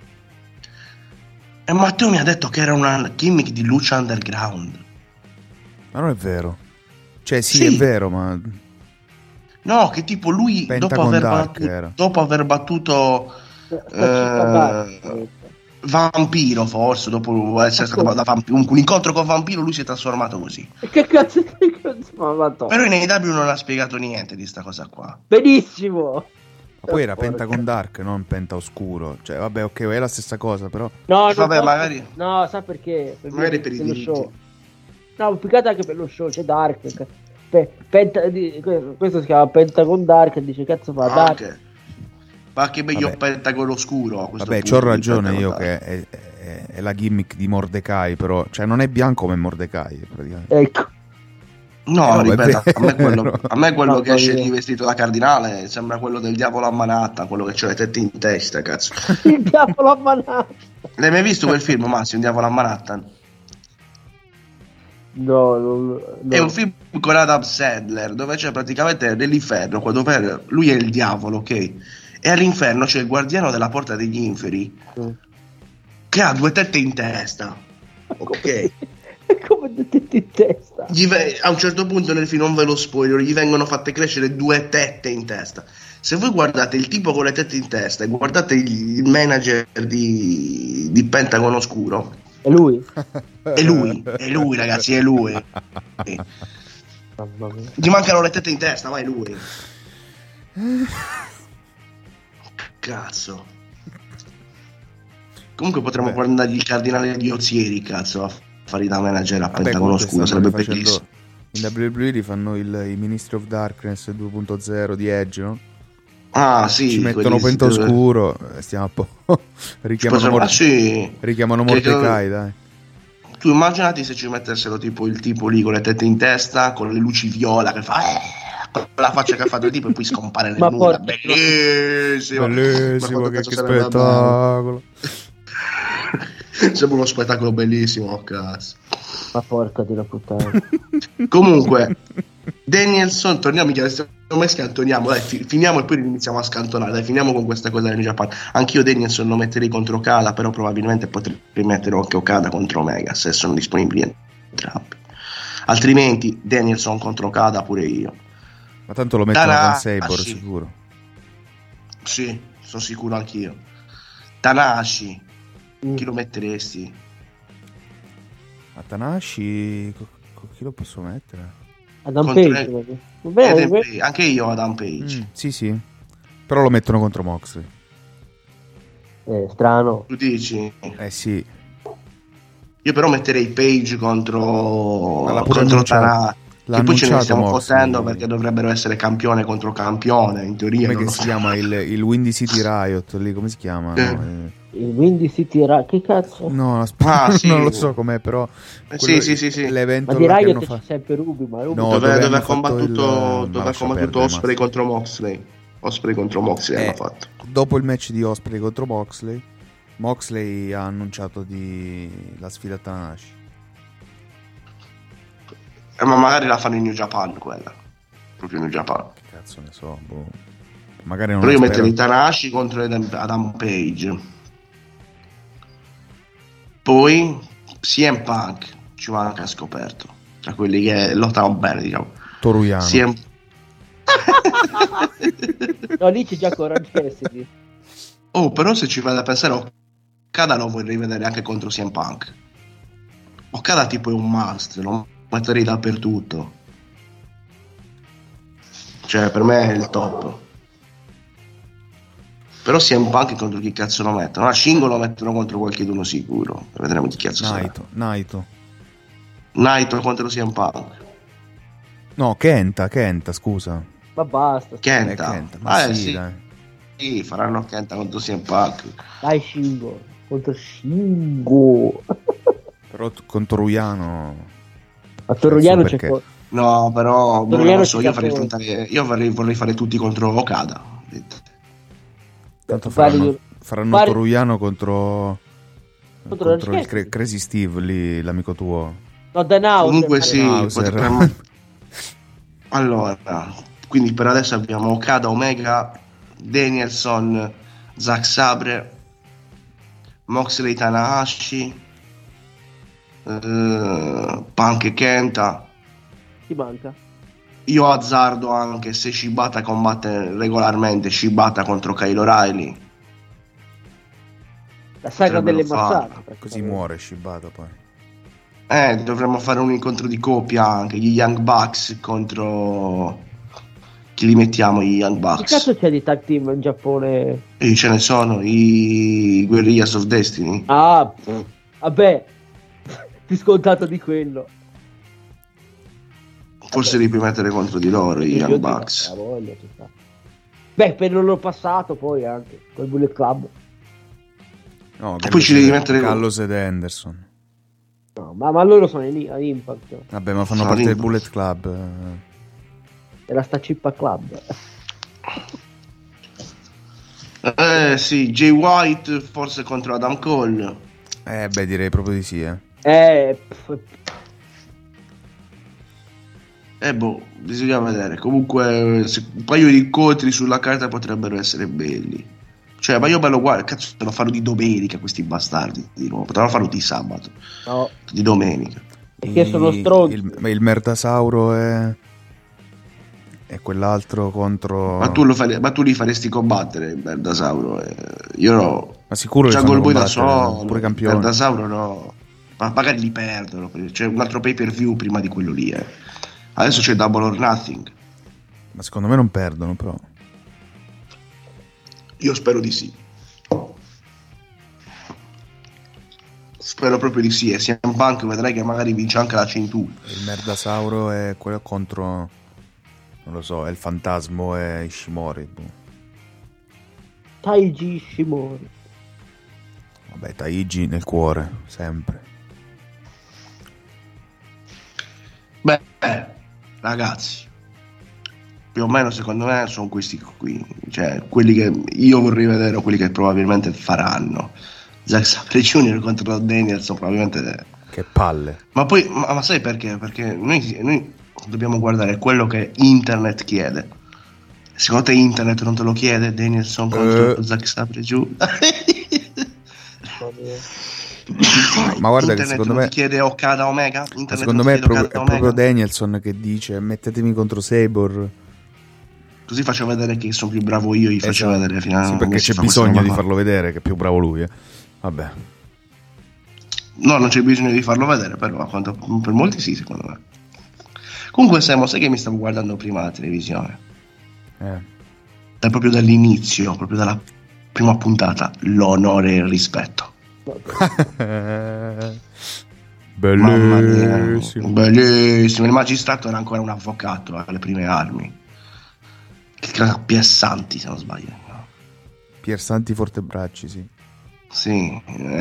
e Matteo mi ha detto che era una gimmick di Lucha Underground. Ma non è vero. Cioè, sì, Sì. è vero, ma No, che tipo lui Pentagon Dark era. dopo aver battuto Vampiro, forse dopo essere stato da un incontro con Vampiro, lui si è trasformato così. Che cazzo ma madonna. Però in AEW non ha spiegato niente di sta cosa qua. Benissimo. Ma poi era Pentagon Dark, non Penta Oscuro. Cioè, vabbè, ok, è la stessa cosa, però. No, Vabbè, magari No, sa perché? magari per i lo diritti. show. No, più che altro anche per lo show, c'è Dark. Questo si chiama Pentagon Dark e dice cazzo fa Dark. Anche. Ma anche meglio Vabbè. Pentagon oscuro a questo Vabbè, punto c'ho di ragione Pentagon io Dark. che è la gimmick di Mordecai, però. Cioè, non è bianco come Mordecai, praticamente. Ecco. No, è ripeto, a me quello, vero. a me quello che Mamma esce mia. di vestito da cardinale sembra quello del diavolo a Manhattan, quello che c'ha le tette in testa, cazzo. Il diavolo a manata. L'hai mai visto quel film, Massi, Un diavolo a Manhattan? No. È un film con Adam Sandler dove c'è praticamente nell'inferno, dove lui è il diavolo, ok? E all'inferno c'è il guardiano della porta degli inferi che ha 2 tette in testa, ok? È come detto in testa. A un certo punto nel film, non ve lo spoiler, gli vengono fatte crescere 2 tette in testa. Se voi guardate il tipo con le tette in testa e guardate il manager di Pentagon Oscuro, È lui. è lui ragazzi, è lui. Mamma mia. Gli mancano le tette in testa, vai lui. Cazzo. Comunque potremmo Vabbè. prendergli il cardinale di Ozieri, cazzo, a fare da manager a Vabbè, Pentagon comunque Oscuro, stanno sarebbe rifacendo- bellissimo. In WWE fanno i Ministry of Darkness 2.0 di Edge, no? Ah sì, Ci mettono quelli- Penta Oscuro, stiamo a po'. richiamano, Ah, sì. richiamano Che- Mordecai, dai. Tu immaginati se ci mettessero tipo il tipo lì con le tette in testa, con le luci viola che fa con la faccia che ha fatto il tipo e poi scompare nel Ma nulla. porca- Bellissimo. Bellissimo, Ma che quanto cazzo sarebbe spettacolo. bello. Sembra uno spettacolo bellissimo, oh, cazzo. Ma porca di la puttana. Comunque, Danielson, torniamo, ormai scantoniamo, dai, finiamo e poi iniziamo a scantonare, dai, finiamo con questa cosa del New Japan. Anch'io Danielson lo metterei contro Okada, però probabilmente potrei mettere anche Okada contro Omega, se sono disponibili entrambi. Altrimenti Danielson contro Okada pure io. Ma tanto lo mettono con Tanahashi. Sabor, sicuro. Sì, sono sicuro anch'io. Tanahashi, chi lo metteresti? A Tanahashi, con chi lo posso mettere? Adam Contro- Page. Va bene, Adam Page, anche io Adam Page. Sì, sì. Però lo mettono contro Moxley. strano. Tu dici? Sì. Io però metterei Page contro Ma l'ha pure contro annunciato. Tanahashi. L'ha E poi ce ne annunciato stiamo Moxley. fottendo perché dovrebbero essere campione contro campione, in teoria. Come non che lo si so. chiama il Windy City Riot lì? Come si chiama? Il Windy City Che cazzo? No, aspetta, Ah, sì. non lo so com'è, però. Sì, sì. L'evento Ma di là che hanno Riot c'è fatto. sempre Ruby, ma Ruby No, dove hanno ha fatto combattuto, ma dove ha lascia combattuto perdere, Osprey Massa. contro Moxley. Osprey contro Moxley hanno fatto. Dopo il match di Osprey contro Moxley ha annunciato la sfida a Tanahashi. Ma magari la fanno in New Japan quella. Proprio in New Japan. Che cazzo ne so, boh. Magari non Però io la metterei spero. Tanahashi contro Adam Page. Poi CM Punk ci manca scoperto. Tra quelli che lottano bene, diciamo. Toruyano. CM... No, lì c'è già Orange Cassidy. Oh, però se ci vai a pensare, Okada lo vorrei vedere anche contro CM Punk. Okada tipo è un must, lo metterei dappertutto. Cioè, per me è il top. Però CM Punk contro chi cazzo lo mettono? Shingo lo mettono contro qualcuno sicuro. Vedremo chi cazzo sarà. Naito contro CM Punk. No, Kenta, scusa. Ma basta. Kenta. Ma Sì, dai. Sì, faranno Kenta contro CM Punk. Dai Shingo. Contro Shingo. Però contro Ruiano. A Torroiano c'è perché? No, però non lo so, io vorrei fare tutti contro Okada. Tanto Pari- faranno pari- Toruiano contro il Crazy. Crazy Steve lì, l'amico tuo. No, Danhauser. Comunque sì, Hauser. potremmo... Allora, quindi per adesso abbiamo Okada, Omega, Danielson, Zack Sabre, Moxley, Tanahashi, Punk e Kenta. Ti manca. Io azzardo anche se Shibata combatte regolarmente, Shibata contro Kyle O'Reilly. La saga Potrebbero delle farlo. mazzate. Così muore Shibata poi. Dovremmo fare un incontro di coppia anche, gli Young Bucks contro... Chi li mettiamo i Young Che Bucks? cazzo c'è di tag team in Giappone? E ce ne sono, i Guerrillas of Destiny. Ah, vabbè. Più scontato di quello. Forse li puoi mettere contro di loro, i Young Bucks. Beh, per il loro passato poi anche, col Bullet Club. No, E poi ci devi mettere... Carlos ed Anderson. No, ma loro sono a Impact. Vabbè, ma fanno Sono parte del Impact. Bullet Club. Era sta Cippa Club. Sì, Jay White forse contro Adam Cole. Beh, direi proprio di sì, Bisogna vedere. Comunque un paio di incontri sulla carta potrebbero essere belli. Cioè, ma io me lo guardo, cazzo, lo fanno di domenica questi bastardi di nuovo. Potevano farlo di sabato. No, Di domenica. perché sono stronzi. Il Merdasauro e quell'altro contro... Ma tu li faresti combattere il Merdasauro? Io no. Ma sicuro che Jungle fanno Boy da combattere, solo, pure il campione. Merdasauro no. Ma magari li perdono. C'è un altro pay per view prima di quello lì. Adesso c'è Double or Nothing. Ma secondo me non perdono, però. Io spero di sì. Spero proprio di sì. E CM Punk vedrai che magari vince anche la cintura. Il Merdasauro è quello contro... Non lo so, è il Fantasmo e Ishimori. Taiji Ishimori. Vabbè, Taiji nel cuore, sempre. Beh, ragazzi, più o meno secondo me sono questi qui, cioè quelli che io vorrei vedere o quelli che probabilmente faranno. Zack Sabre Jr. contro Danielson probabilmente. Che palle. Ma poi, ma sai perché? Perché noi dobbiamo guardare quello che internet chiede. Secondo te internet non te lo chiede? Danielson contro Zack Sabre Jr. Ma guarda che internet secondo non me ti chiede Okada Omega? Internet secondo non me ti è, chiede è Okada proprio Omega? Danielson che dice mettetemi contro Sabor. Così faccio vedere che sono più bravo io, gli faccio Esatto. vedere finalmente. Sì, perché c'è bisogno di farlo vedere che è più bravo lui. Vabbè. No, non c'è bisogno di farlo vedere, però per molti sì, secondo me. Comunque Semo, sai che mi stavo guardando prima la televisione? Proprio dall'inizio, proprio dalla prima puntata, l'onore e il rispetto. Bellissimo. Bellissimo. Il magistrato era ancora un avvocato alle prime armi. Piersanti, se non sbaglio. Piersanti Fortebracci, sì. Sì,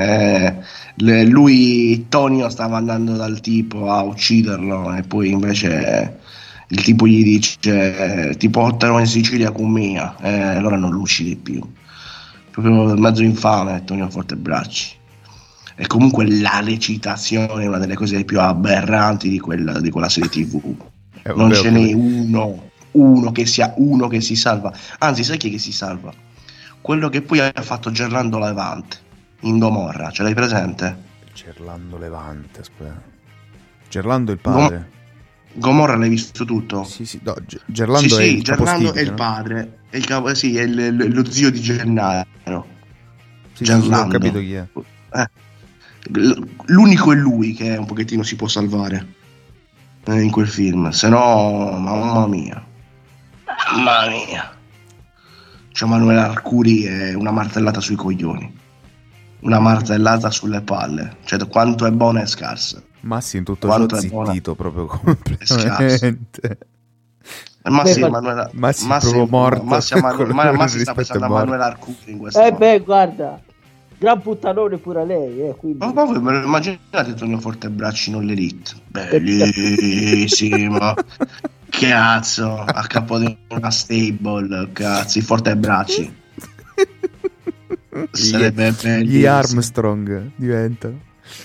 lui, Tonio, stava andando dal tipo a ucciderlo e poi invece il tipo gli dice ti porterò in Sicilia con mia, allora non lo uccide più. Proprio mezzo infame Tonio Fortebracci. E comunque la recitazione è una delle cose più aberranti di quella serie TV. Non ce n'è uno che si salva. Anzi, sai chi è che si salva? Quello che poi ha fatto Gerlando Levante in Gomorra, ce l'hai presente? Gerlando Levante, aspetta. Gerlando è il padre. Gomorra l'hai visto tutto? Sì, no, Gerlando è il Gerlando è il no? padre, è lo zio di Gennaro. Sì, ho capito chi è. L'unico è lui che un pochettino si può salvare in quel film, se no, mamma mia. Cioè Manuel Arcuri è una martellata sui coglioni, una martellata sulle palle, cioè quanto è buona e scarsa. Massi in tutto Quanto ciò è buona. zittito proprio Scarso. completamente. Massi proprio morto. Massi sta pensando a Manuel Arcuri in questo beh, guarda, gran puttanone pure a lei, quindi. ma poi immaginate Tonio Fortebracci non l'Elite, bellissimo. Cazzo, a capo di una stable, cazzo, i Fortebracci. Sarebbe gli Armstrong diventano.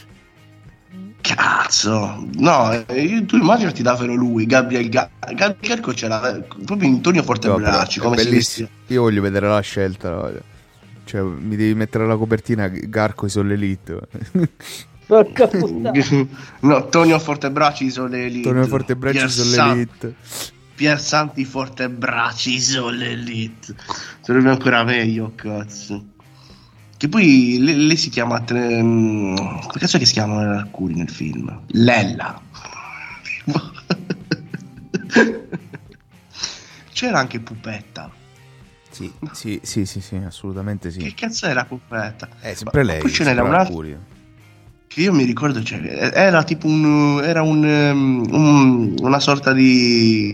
Cazzo, no, tu immaginati davvero lui, Gabriel Garco c'era proprio in Tonio Fortebracci, come si vestiva. Io voglio vedere la scelta, cioè mi devi mettere la copertina Garco isola l'Elite. Porca puttana. No, Tonio Fortebracci isola l'Elite. Tonio Fortebracci isola l'Elite. Pier Santi Fortebracci isola l'Elite. Sarebbe ancora meglio, cazzo. Che poi lei si chiama come cazzo è che si chiama Arcuri nel film? Lella. C'era anche Pupetta. Sì, assolutamente sì. Che cazzo era Pupetta? Sempre lei. Poi ce n'era un'altra Arcuri. che io mi ricordo, cioè, era tipo una sorta di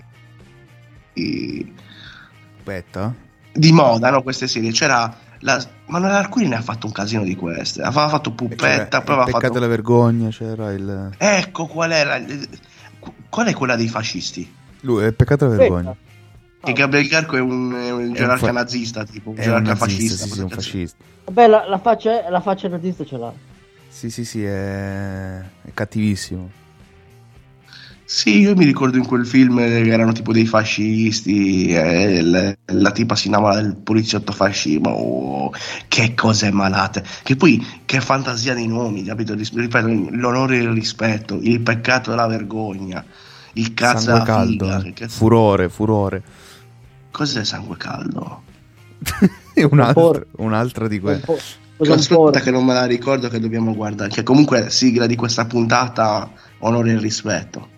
Pupetta? Di moda, no? Queste serie. C'era Manuel Arcuri ne ha fatto un casino di queste. Aveva fatto Pupetta, poi aveva Peccato fatto la vergogna, c'era il... Ecco qual era. Qual è quella dei fascisti? Lui, Peccato la vergogna. Che Gabriel Garco è un gerarca nazista, tipo un gerarca fascista. Sì, un fascista. Vabbè, la faccia nazista ce l'ha. Sì, è cattivissimo. Sì, io mi ricordo in quel film che erano tipo dei fascisti, la tipa si innamora del poliziotto fascismo, che cose malate, che poi che fantasia dei nomi, capito? Ripeto, l'onore e il rispetto, il peccato e la vergogna, il cazzo e la caldo, figa, furore. Cos'è sangue caldo? È un'altra di quelle. Aspetta che non me la ricordo, che dobbiamo guardare, che comunque sigla di questa puntata, onore e il rispetto.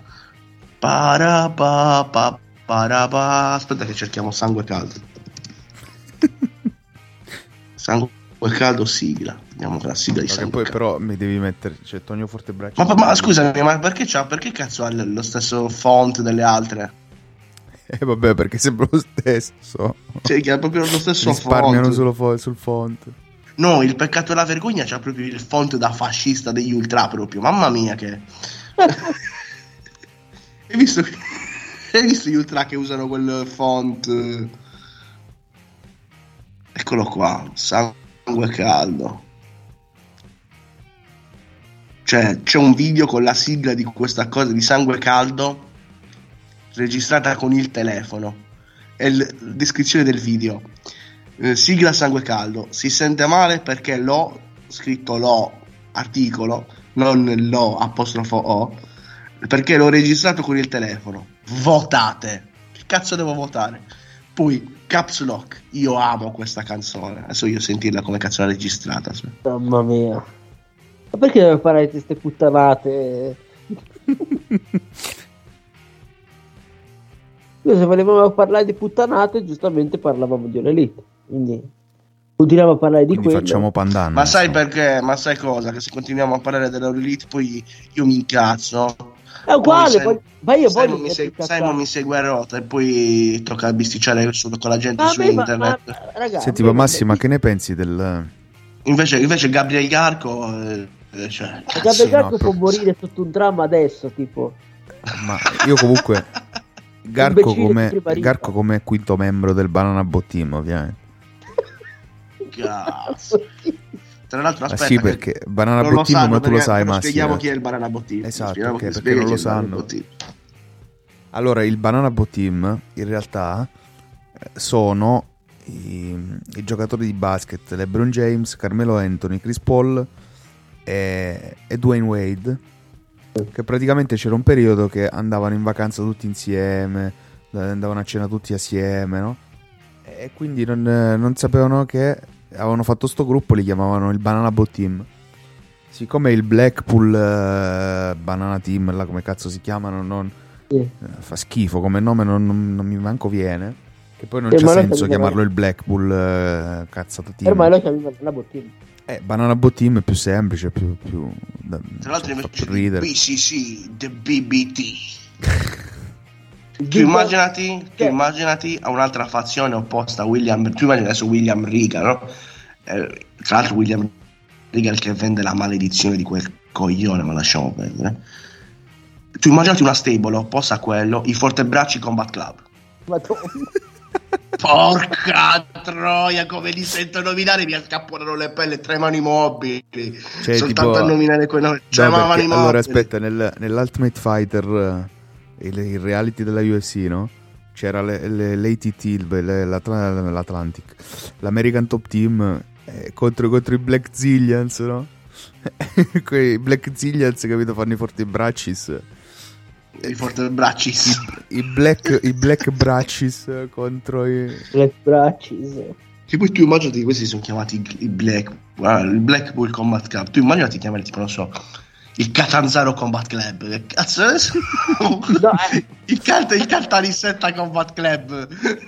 Aspetta che cerchiamo sangue caldo. Sangue caldo sigla. Andiamo con la sigla di sangue poi caldo. però mi devi mettere, cioè Tonio Fortebracci. Ma scusami, ma perché cazzo ha lo stesso font delle altre? Vabbè, perché sembra lo stesso. Cioè, che ha proprio lo stesso risparmiano font. sul font. No, il peccato e la vergogna c'ha proprio il font da fascista degli ultra proprio. Mamma mia che... Hai visto gli ultra che usano quel font? Eccolo qua, sangue caldo. Cioè, c'è un video con la sigla di questa cosa di sangue caldo registrata con il telefono. E la descrizione del video. Sigla sangue caldo. Si sente male perché l'ho scritto l'ho articolo, non l'ho apostrofo o, perché l'ho registrato con il telefono. Votate. Che cazzo devo votare? Poi caps lock. Io amo questa canzone. Adesso io sentirla come cazzo l'ha registrata. Mamma mia. Ma perché deve fare queste puttanate? Noi se volevamo parlare di puttanate, giustamente parlavamo di Elite. Quindi continuiamo a parlare di quello. Facciamo pandan. Ma sai perché? Ma sai cosa? Che se continuiamo a parlare dell'Elite poi io mi incazzo. È uguale, Simon mi segue a rota e poi tocca bisticciare con la gente su internet. Ragazzi, senti, ma Massimo, che ne pensi del... Invece Gabriel Garco Gabriel Garco può morire sotto un dramma adesso, tipo. Ma io comunque Garco come quinto membro del Banana Boat Team, ovviamente. Cazzo. Tra l'altro aspetta, sì, perché Banana Boat Team, ma tu lo sai, Massimo. Spieghiamo chi è il Banana Boat Team. Esatto, perché non lo sanno. Allora, il Banana Boat Team in realtà sono i giocatori di basket LeBron James, Carmelo Anthony, Chris Paul e Dwayne Wade, che praticamente c'era un periodo che andavano in vacanza tutti insieme, andavano a cena tutti assieme, no? E quindi non sapevano che avevano fatto sto gruppo, li chiamavano il Banana Boat Team. Siccome il Blackpool Banana Team, là come cazzo si chiamano, fa schifo come nome, non mi manco viene. Che poi non c'è senso chiamarlo il Blackpool cazzato team. Ormai lo chiamiamo Banana Boat Team. Banana Boat Team è più semplice, più Tra l'altro invece ridere. BCC, the BBT. Tu immaginati a un'altra fazione opposta a William. Tu immagini adesso William Regal, no? Tra l'altro William Regal che vende la maledizione di quel coglione, ma lasciamo perdere. Tu immaginati una stable opposta a quello, i Fortebracci Combat Club. Madonna. Porca troia, come li sento nominare mi accapponano le pelle, tremano i mobili. Cioè, soltanto tipo, a nominare quei nomi, no, allora aspetta, nell'Ultimate Fighter, il reality della UFC, no? C'era l'ATT, l'Atlantic, l'American Top Team contro i Black Zillions, no? Quei Black Zillions, capito, fanno i Fortebraccis. I Fortebraccis. I Black Braccis contro i Black Braccis. Che poi tu immaginati, questi sono chiamati il Blackpool Combat Club. Tu immaginati chiamare tipo, non so, il Catanzaro Combat Club. Che cazzo è? No, il Caltanissetta Combat Club.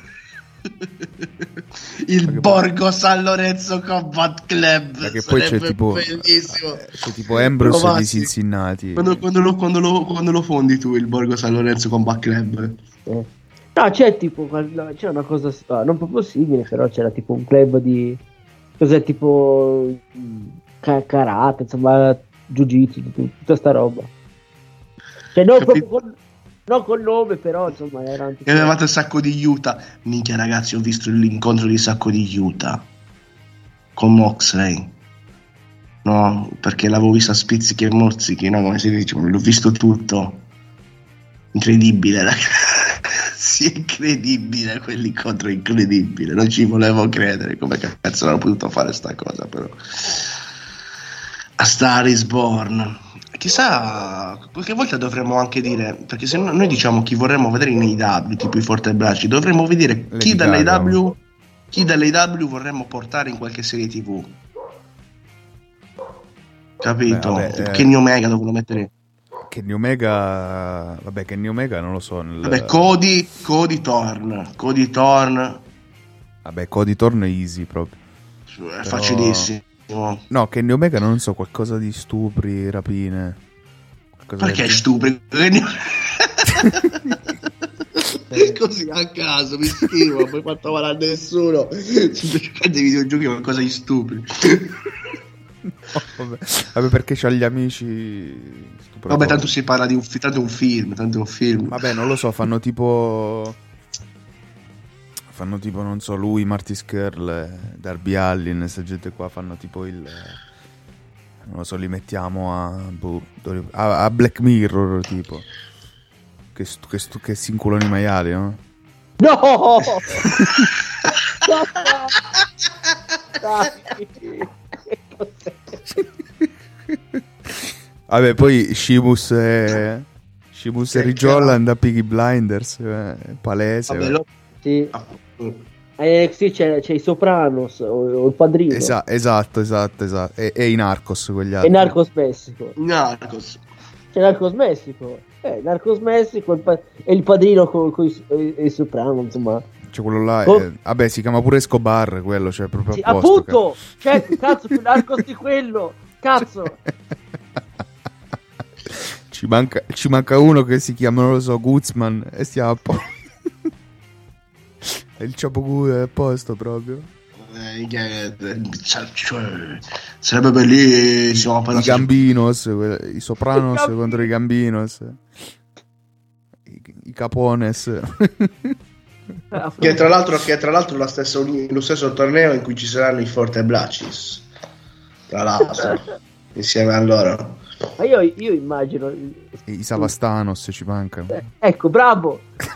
Il Borgo San Lorenzo Combat Club. Perché poi c'è tipo bellissimo. C'è tipo Ambrose di Cincinnati. Quando lo fondi tu il Borgo San Lorenzo Combat Club? No, c'è tipo c'è una cosa non proprio simile, però c'era tipo un club di cos'è, tipo karate, insomma, jiu-jitsu, tutta sta roba. Cioè non proprio non col nome, però insomma era anche. E avevate il sacco di Utah. Minchia ragazzi, ho visto l'incontro di sacco di Utah con Moxley. No, perché l'avevo visto a spizzichi e morsichi, no, come si dice, l'ho visto tutto. Incredibile, ragazzi. Sì, incredibile quell'incontro, incredibile. Non ci volevo credere come cazzo hanno potuto fare sta cosa, però. A Star is Born. Chissà, qualche volta dovremmo anche dire, perché se noi diciamo chi vorremmo vedere in AEW, tipo i Fortebracci, dovremmo vedere chi dall'AEW vorremmo portare in qualche serie TV. Capito? Kenny Omega dovremmo mettere. Kenny Omega, vabbè, Kenny Omega non lo so. Vabbè, Cody Thorne. Vabbè, Cody Thorne è easy proprio. È facilissimo. No, Kenny Omega non so, qualcosa di stupri, rapine. Perché stupri? Così a caso, mi scrivo, non puoi fatto male a nessuno. Semplicemente i videogiochi qualcosa di stupri. No, vabbè, perché c'ha gli amici stupratori. Vabbè, tanto si parla di un film. Vabbè, non lo so, fanno tipo, non so, lui, Marty Scurll, Darby Allin, questa gente qua fanno tipo non lo so, li mettiamo a Black Mirror, tipo che si inculano i maiali, no? No! Vabbè, poi Sheamus e Ridge a Peaky Blinders, palese. Vabbè, sì. NXT c'è i Sopranos o il Padrino. Esatto. E i Narcos, quegli altri. E Narcos Messico. C'è Narcos Messico. Narcos Messico e il Padrino con i Sopranos, insomma. Cioè quello là vabbè, si chiama pure Escobar quello, cioè proprio sì, apposto, appunto, cioè cazzo più Narcos di quello, cazzo. Ci manca uno che si chiama, non lo so, Guzman, e stiamo a posto. Il Ciapogu è a posto proprio. Sarebbe bellissimo. I Gambinos, i Sopranos contro i Gambinos, i Capones. Che tra l'altro lo stesso torneo in cui ci saranno i Fortebraccis, tra l'altro, insieme a loro. Ma io immagino I Savastanos ci mancano. Ecco, bravo.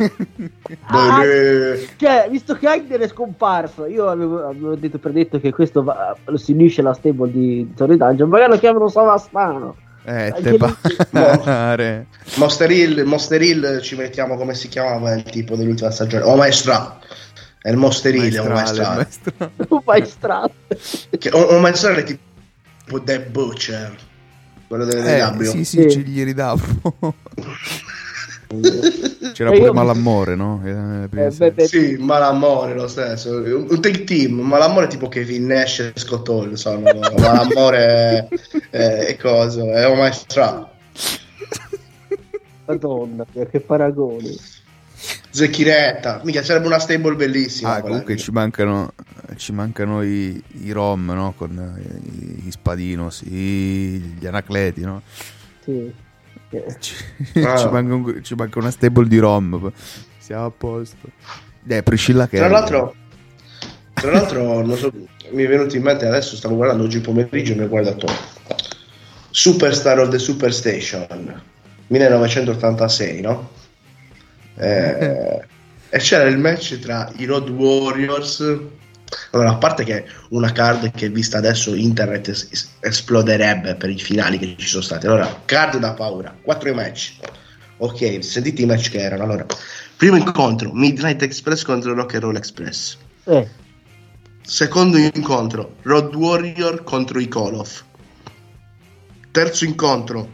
Cioè, visto che Agner è scomparso, io avevo detto che questo lo si unisce alla stable di Tony Dungeon, magari lo chiamano Savastano. Te pare. Monster Hill ci mettiamo, come si chiamava il tipo dell'ultima stagione? Maestral. È il Monster Hill, o Maestral. Maestrale. O Maestral è tipo The Butcher. quello delle W. Sì, Sì. ce gli ridavo. C'era Io- pure Malamore, no? Prima sera. beh, Sì, Malamore lo stesso, un tag team, Malamore tipo Kevin Nash e Scott Hall, sono Malamore e coso, è un maestro. Madonna mia, che paragoni. Zecchiretta, mica sarebbe una stable bellissima. quella Comunque lì. ci mancano i Rom, no? Con i Spadinos, gli Anacleti, no? Sì. Ci, Ah. ci manca una stable di Rom. Siamo a posto. Priscilla che Tra l'altro, non so, mi è venuto in mente adesso, stavo guardando oggi pomeriggio e mi ho guardato Superstar of the Superstation 1986, no? E c'era il match tra i Road Warriors. Allora, a parte che una card che vista adesso internet esploderebbe per i finali che ci sono stati. Allora, card da paura, 4 match. Ok, sentite i match che erano. Allora, primo incontro, Midnight Express contro Rock and Roll Express. Secondo incontro, Road Warrior contro i Koloff. Terzo incontro,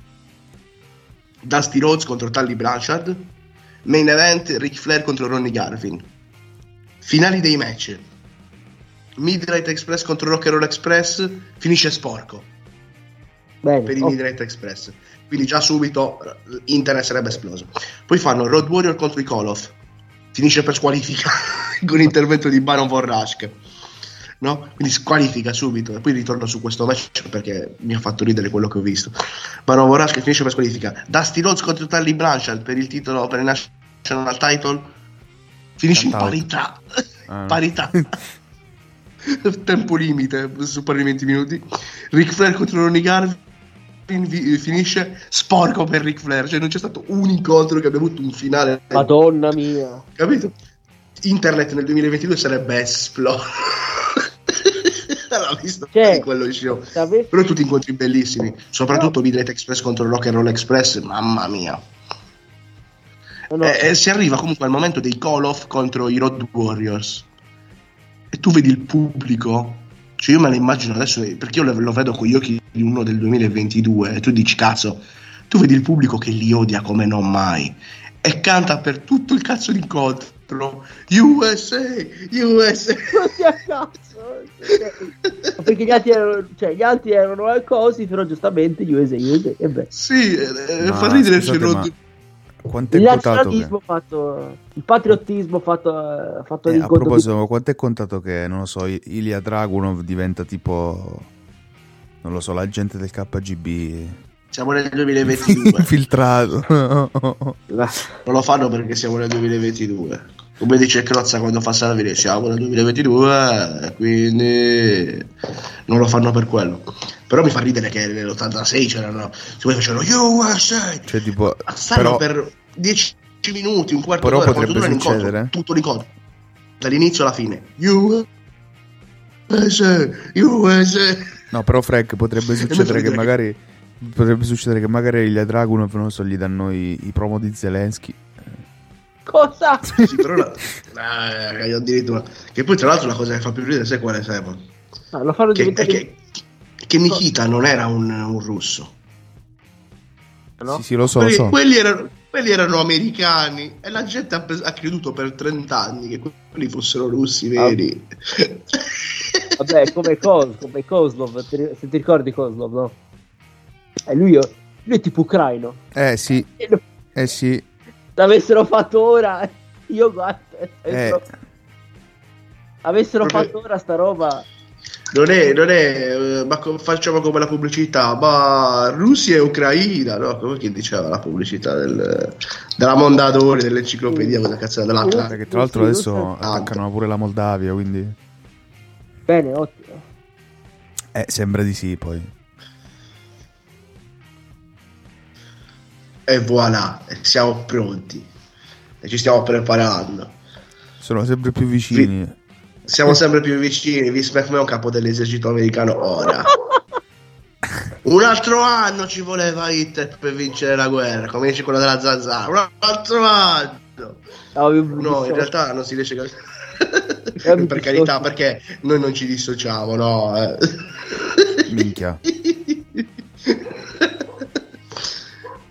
Dusty Rhodes contro Tully Blanchard. Main event, Ric Flair contro Ronnie Garvin. Finali dei match, Midnight Express contro Rock and Roll Express, finisce sporco Bene, per i Midnight Express, quindi già subito internet sarebbe esploso. Poi fanno Road Warrior contro i Koloff, finisce per squalifica con intervento di Baron von Raschke, no? Quindi squalifica subito. E poi ritorno su questo match perché mi ha fatto ridere quello che ho visto. Baron von Raschke finisce per squalifica. Dusty Rhodes contro Tully Blanchard per il titolo, per il National Title, finisce in parità. Parità. Tempo limite, super di 20 minuti. Ric Flair contro Ronnie Garvin finisce sporco per Ric Flair. Cioè non c'è stato un incontro che abbia avuto un finale. Madonna mia. Capito? Internet nel 2022 sarebbe esploso. L'ho visto Cioè, quello show. Sapessi- Però tutti incontri bellissimi. Soprattutto Midnight Express contro Rock and Roll Express. Mamma mia. no, E si arriva comunque al momento dei call-off contro i Road Warriors. E tu vedi il pubblico. Cioè io me lo immagino adesso, perché io lo vedo con gli occhi di uno del 2022. E tu dici, cazzo, tu vedi il pubblico che li odia come non mai. E canta per tutto il cazzo di incontro USA, USA. Così a cazzo. Perché gli altri erano così, però giustamente USA. E beh. Sì, Ma fa ridere scusate, il Road. Quanto è Il contato nazionalismo fatto, il patriottismo fatto a l'incontro proposito, quanto è contato che, non lo so, Ilya Dragunov diventa tipo, non lo so, l'agente del KGB Siamo nel 2022. infiltrato. Non lo fanno perché siamo nel 2022. Come dice Crozza quando fa Salvini, siamo nel 2022, quindi non lo fanno per quello. Però mi fa ridere che nell'86 c'erano USA. Cioè tipo, Stanno però, per 10 minuti, un quarto però d'ora, quanto potrebbe dura l'incontro? succedere. Tutto l'incontro, dall'inizio alla fine. USA. no, però Frank, potrebbe succedere che magari Ilya Dragunov, non so, gli danno i promo di Zelensky. cosa? Sì, però addirittura. Che poi tra l'altro la cosa che fa più ridere, sai quale Simon? No, lo fanno Che diventare Nikita non era un russo. no? Sì, lo so. Quelli erano americani e la gente ha creduto per 30 anni che quelli fossero russi veri. Vabbè, come Kozlov, se ti ricordi Kozlov, no? Lui è tipo ucraino. Sì. Sì. L'avessero fatto ora, io guarda, avessero Proprio- fatto ora sta roba. Non è ma facciamo come la pubblicità, ma Russia e Ucraina, no? Come che diceva la pubblicità della Mondadori, dell'enciclopedia, quella cazzo dell'altra. Perché tra l'altro adesso Ah, attaccano pure la Moldavia, quindi Bene, ottimo. sembra di sì poi. E voilà, siamo pronti e ci stiamo preparando. Sono sempre più vicini. Siamo sempre più vicini. Vince McMahon, capo dell'esercito americano, ora. Un altro anno ci voleva Hitler per vincere la guerra, come dice quella della zanzara. Un altro anno. No, in realtà non si riesce a... Per carità, perché noi non ci dissociamo, no? Minchia.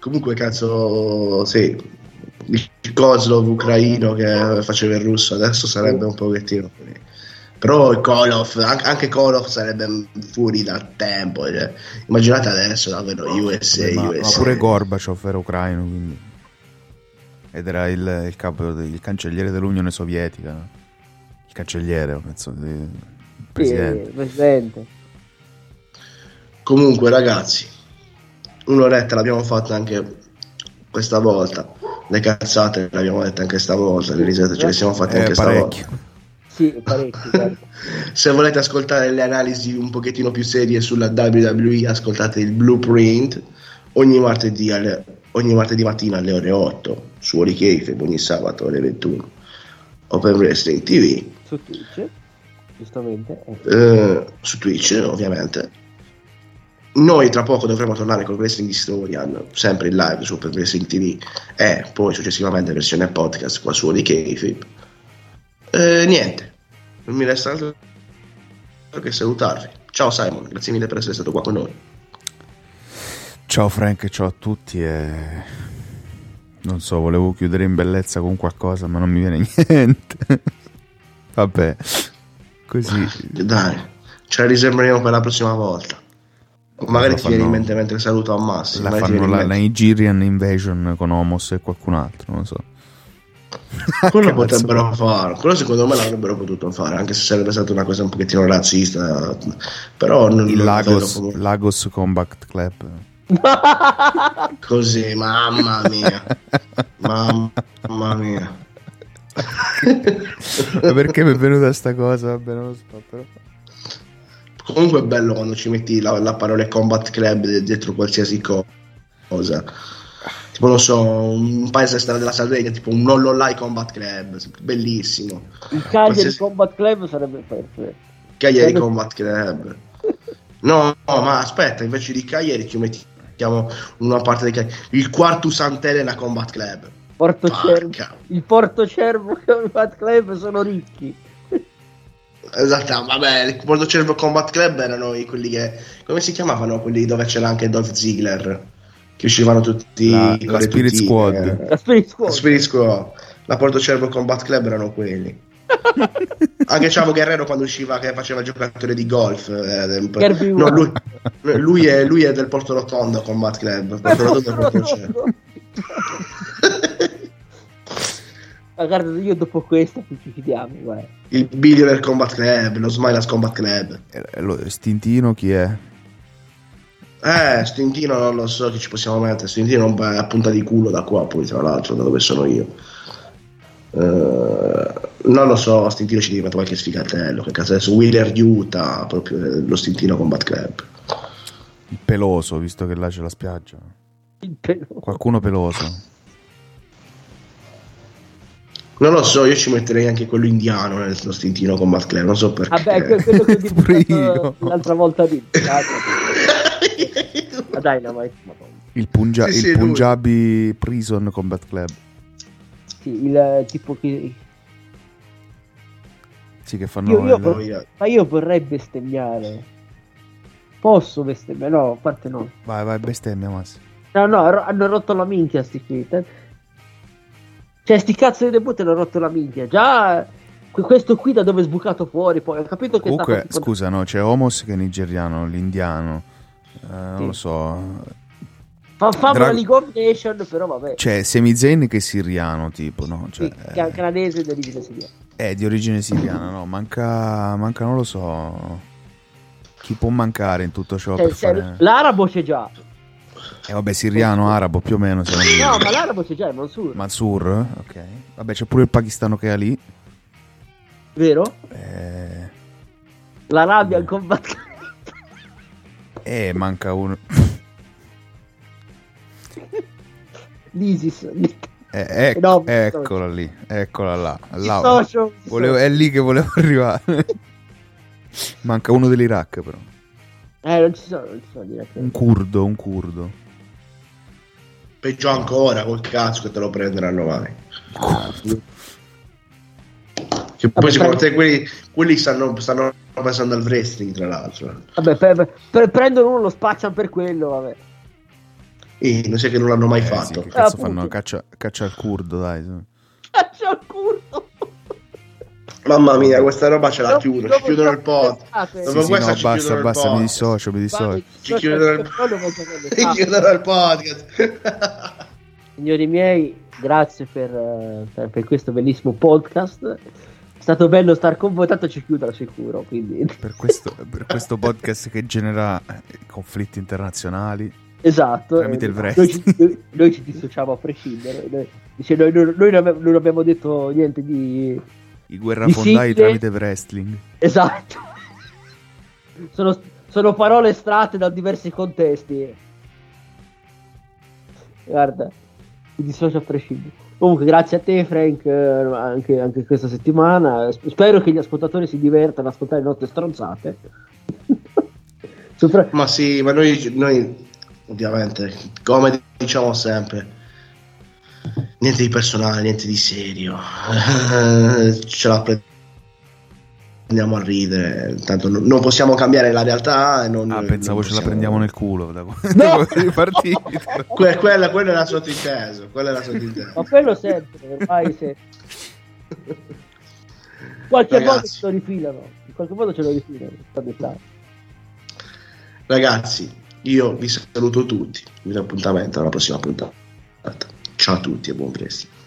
Comunque, cazzo, sì, il Kozlov ucraino che faceva il russo adesso sarebbe un pochettino. Però il Koloff, anche Koloff sarebbe fuori dal tempo. Cioè. Immaginate adesso davvero USA. Ma USA. pure Gorbaciov era ucraino, quindi. Ed era il capo, il cancelliere dell'Unione Sovietica. No? Il cancelliere, penso, il presidente. Sì, presidente. Comunque, ragazzi, un'oretta l'abbiamo fatta anche questa volta. Le cazzate le abbiamo dette anche stavolta. Le risate ce le siamo fatte anche parecchio. stavolta. Sì, parecchio. Se volete ascoltare le analisi un pochettino più serie sulla WWE, ascoltate il Blueprint ogni martedì mattina alle ore 8 su Oli Kayfabe, ogni sabato alle 21 Open Wrestling TV Su Twitch, giustamente. Su Twitch ovviamente. Noi tra poco dovremo tornare con Wrestling Historian sempre in live su Open Wrestling TV e poi successivamente versione podcast qua su Oli Kayfabe. Niente, non mi resta altro che salutarvi. Ciao Simon, grazie mille per essere stato qua con noi. Ciao Frank, ciao a tutti e non so, volevo chiudere in bellezza con qualcosa ma non mi viene niente. Vabbè, così Dai, ce la riserveremo per la prossima volta. Magari ti viene in mente mentre saluto a Massi. La fanno la Nigerian Invasion con Homos e qualcun altro, non so. Quello potrebbero fare, quello secondo me l'avrebbero potuto fare, anche se sarebbe stata una cosa un pochettino razzista, però non il non Lagos Combat Club. Così, mamma mia. Perché mi è venuta sta cosa? Vabbè, non lo so, però. Comunque è bello quando ci metti la parola Combat Club dietro qualsiasi cosa. Tipo, non so, un paese strano della Sardegna, tipo un Nollolai Combat Club, bellissimo. Il Cagliari Combat Club sarebbe perfetto. Cagliari Combat Club. No, ma aspetta, invece di Cagliari ci mettiamo una parte di Cagliari. Il Quartus Antelena Combat Club. Porto Cervo. Il Porto Cervo Combat Club sono ricchi. Esatto, vabbè, il Porto Cervo Combat Club erano quelli che... Come si chiamavano quelli dove c'era anche Dolph Ziggler? Che uscivano tutti la Spirit Squad. La Spirit Squad. La Porto Cervo Combat Club erano quelli. Anche Chavo Guerrero quando usciva che faceva il giocatore di golf. No, lui è del Porto Rotondo Combat Club. Porto Rotondo Porto Cervo. Ma guarda, io dopo questo ci fidiamo, guarda. Il Billionaire Combat Club, lo Smilas Combat Club. Lo Stintino chi è? Stintino non lo so chi ci possiamo mettere. Stintino è a punta di culo da qua, poi tra l'altro da dove sono io. Non lo so, Stintino ci diventa qualche sfigatello. Che cazzo adesso Wheeler Utah, proprio lo Stintino Combat Club. Il peloso, visto che là c'è la spiaggia. Qualcuno peloso. Non lo so, io ci metterei anche quello indiano nello Stintino Combat Club, non so perché. Vabbè, quello che ti ho l'altra volta di Dynamite, il Punjabi Prison Combat Club. Sì, il tipo che... Sì, che fanno... Ma io vorrei bestemmiare. Posso bestemmiare? No, a parte no. Vai, bestemmia, Massi. No, hanno rotto la minchia sti qui. Cioè, sti cazzo di debutto hanno rotto la minchia. Già, questo qui da dove è sbucato fuori, poi ho capito che... Comunque, scusa, no, c'è Homos che è nigeriano, l'indiano, non lo so... Fa una League of Nations, però vabbè. C'è Sami Zayn che è siriano, tipo, no? Cioè, sì, canadese di origine siriana. Di origine siriana, no? Manca, non lo so... Chi può mancare in tutto ciò? Per fare... L'arabo c'è già. Vabbè, siriano, arabo, più o meno. No, ma l'arabo c'è già, è Mansour. Mansour, ok. Vabbè, c'è pure il pakistano che è lì. Vero? L'Arabia al combattimento. Manca uno. L'ISIS. No, eccola lì, eccola là. È lì che volevo arrivare. Manca uno dell'Iraq, però. Non ci sono direttamente. Un curdo. Peggio ancora, col cazzo che te lo prenderanno mai. Che poi secondo te quelli stanno passando al wrestling, tra l'altro. Vabbè, prendono uno, lo spacciano per quello, vabbè. Non sai che non l'hanno mai Sì, fatto. che cazzo Appunto. fanno? Caccia al curdo, dai. Su. Caccia al culo. Mamma mia, questa roba ce la Dopo- chiudo, ci dopo chiudono il siamo podcast. pensate. Dopo Sì, questa no, ci basta, chiudono il basta, mi podcast. dissocio, mi dissocio. Ci chiudono il Ci chiudono il podcast. Signori miei, grazie per questo bellissimo podcast. È stato bello star con voi, tanto ci chiuderà sicuro, quindi... Per questo podcast che genera conflitti internazionali Esatto. tramite il noi wrestling. noi ci dissociamo a prescindere. Noi non abbiamo detto niente di... I guerrafondai sigle. tramite wrestling. Esatto. Sono parole estratte da diversi contesti. Guarda, mi dissocio a prescindere. Comunque, grazie a te, Frank, anche questa settimana. Spero che gli ascoltatori si divertano ad ascoltare le nostre stronzate. Ma sì, ma noi ovviamente, come diciamo sempre, niente di personale, niente di serio. Ce la prendiamo a ridere. Tanto non possiamo cambiare la realtà. E Pensavo non ce la possiamo- prendiamo nel culo dopo No! i partiti. Quello era sottinteso. Ma quello sempre, ormai se... In qualche modo Ragazzi. ce lo rifilano. In qualche modo ce lo rifilano. sta dettaglio. Ragazzi, io vi saluto tutti. Vi do appuntamento alla prossima puntata. Ciao a tutti e buon wrestling.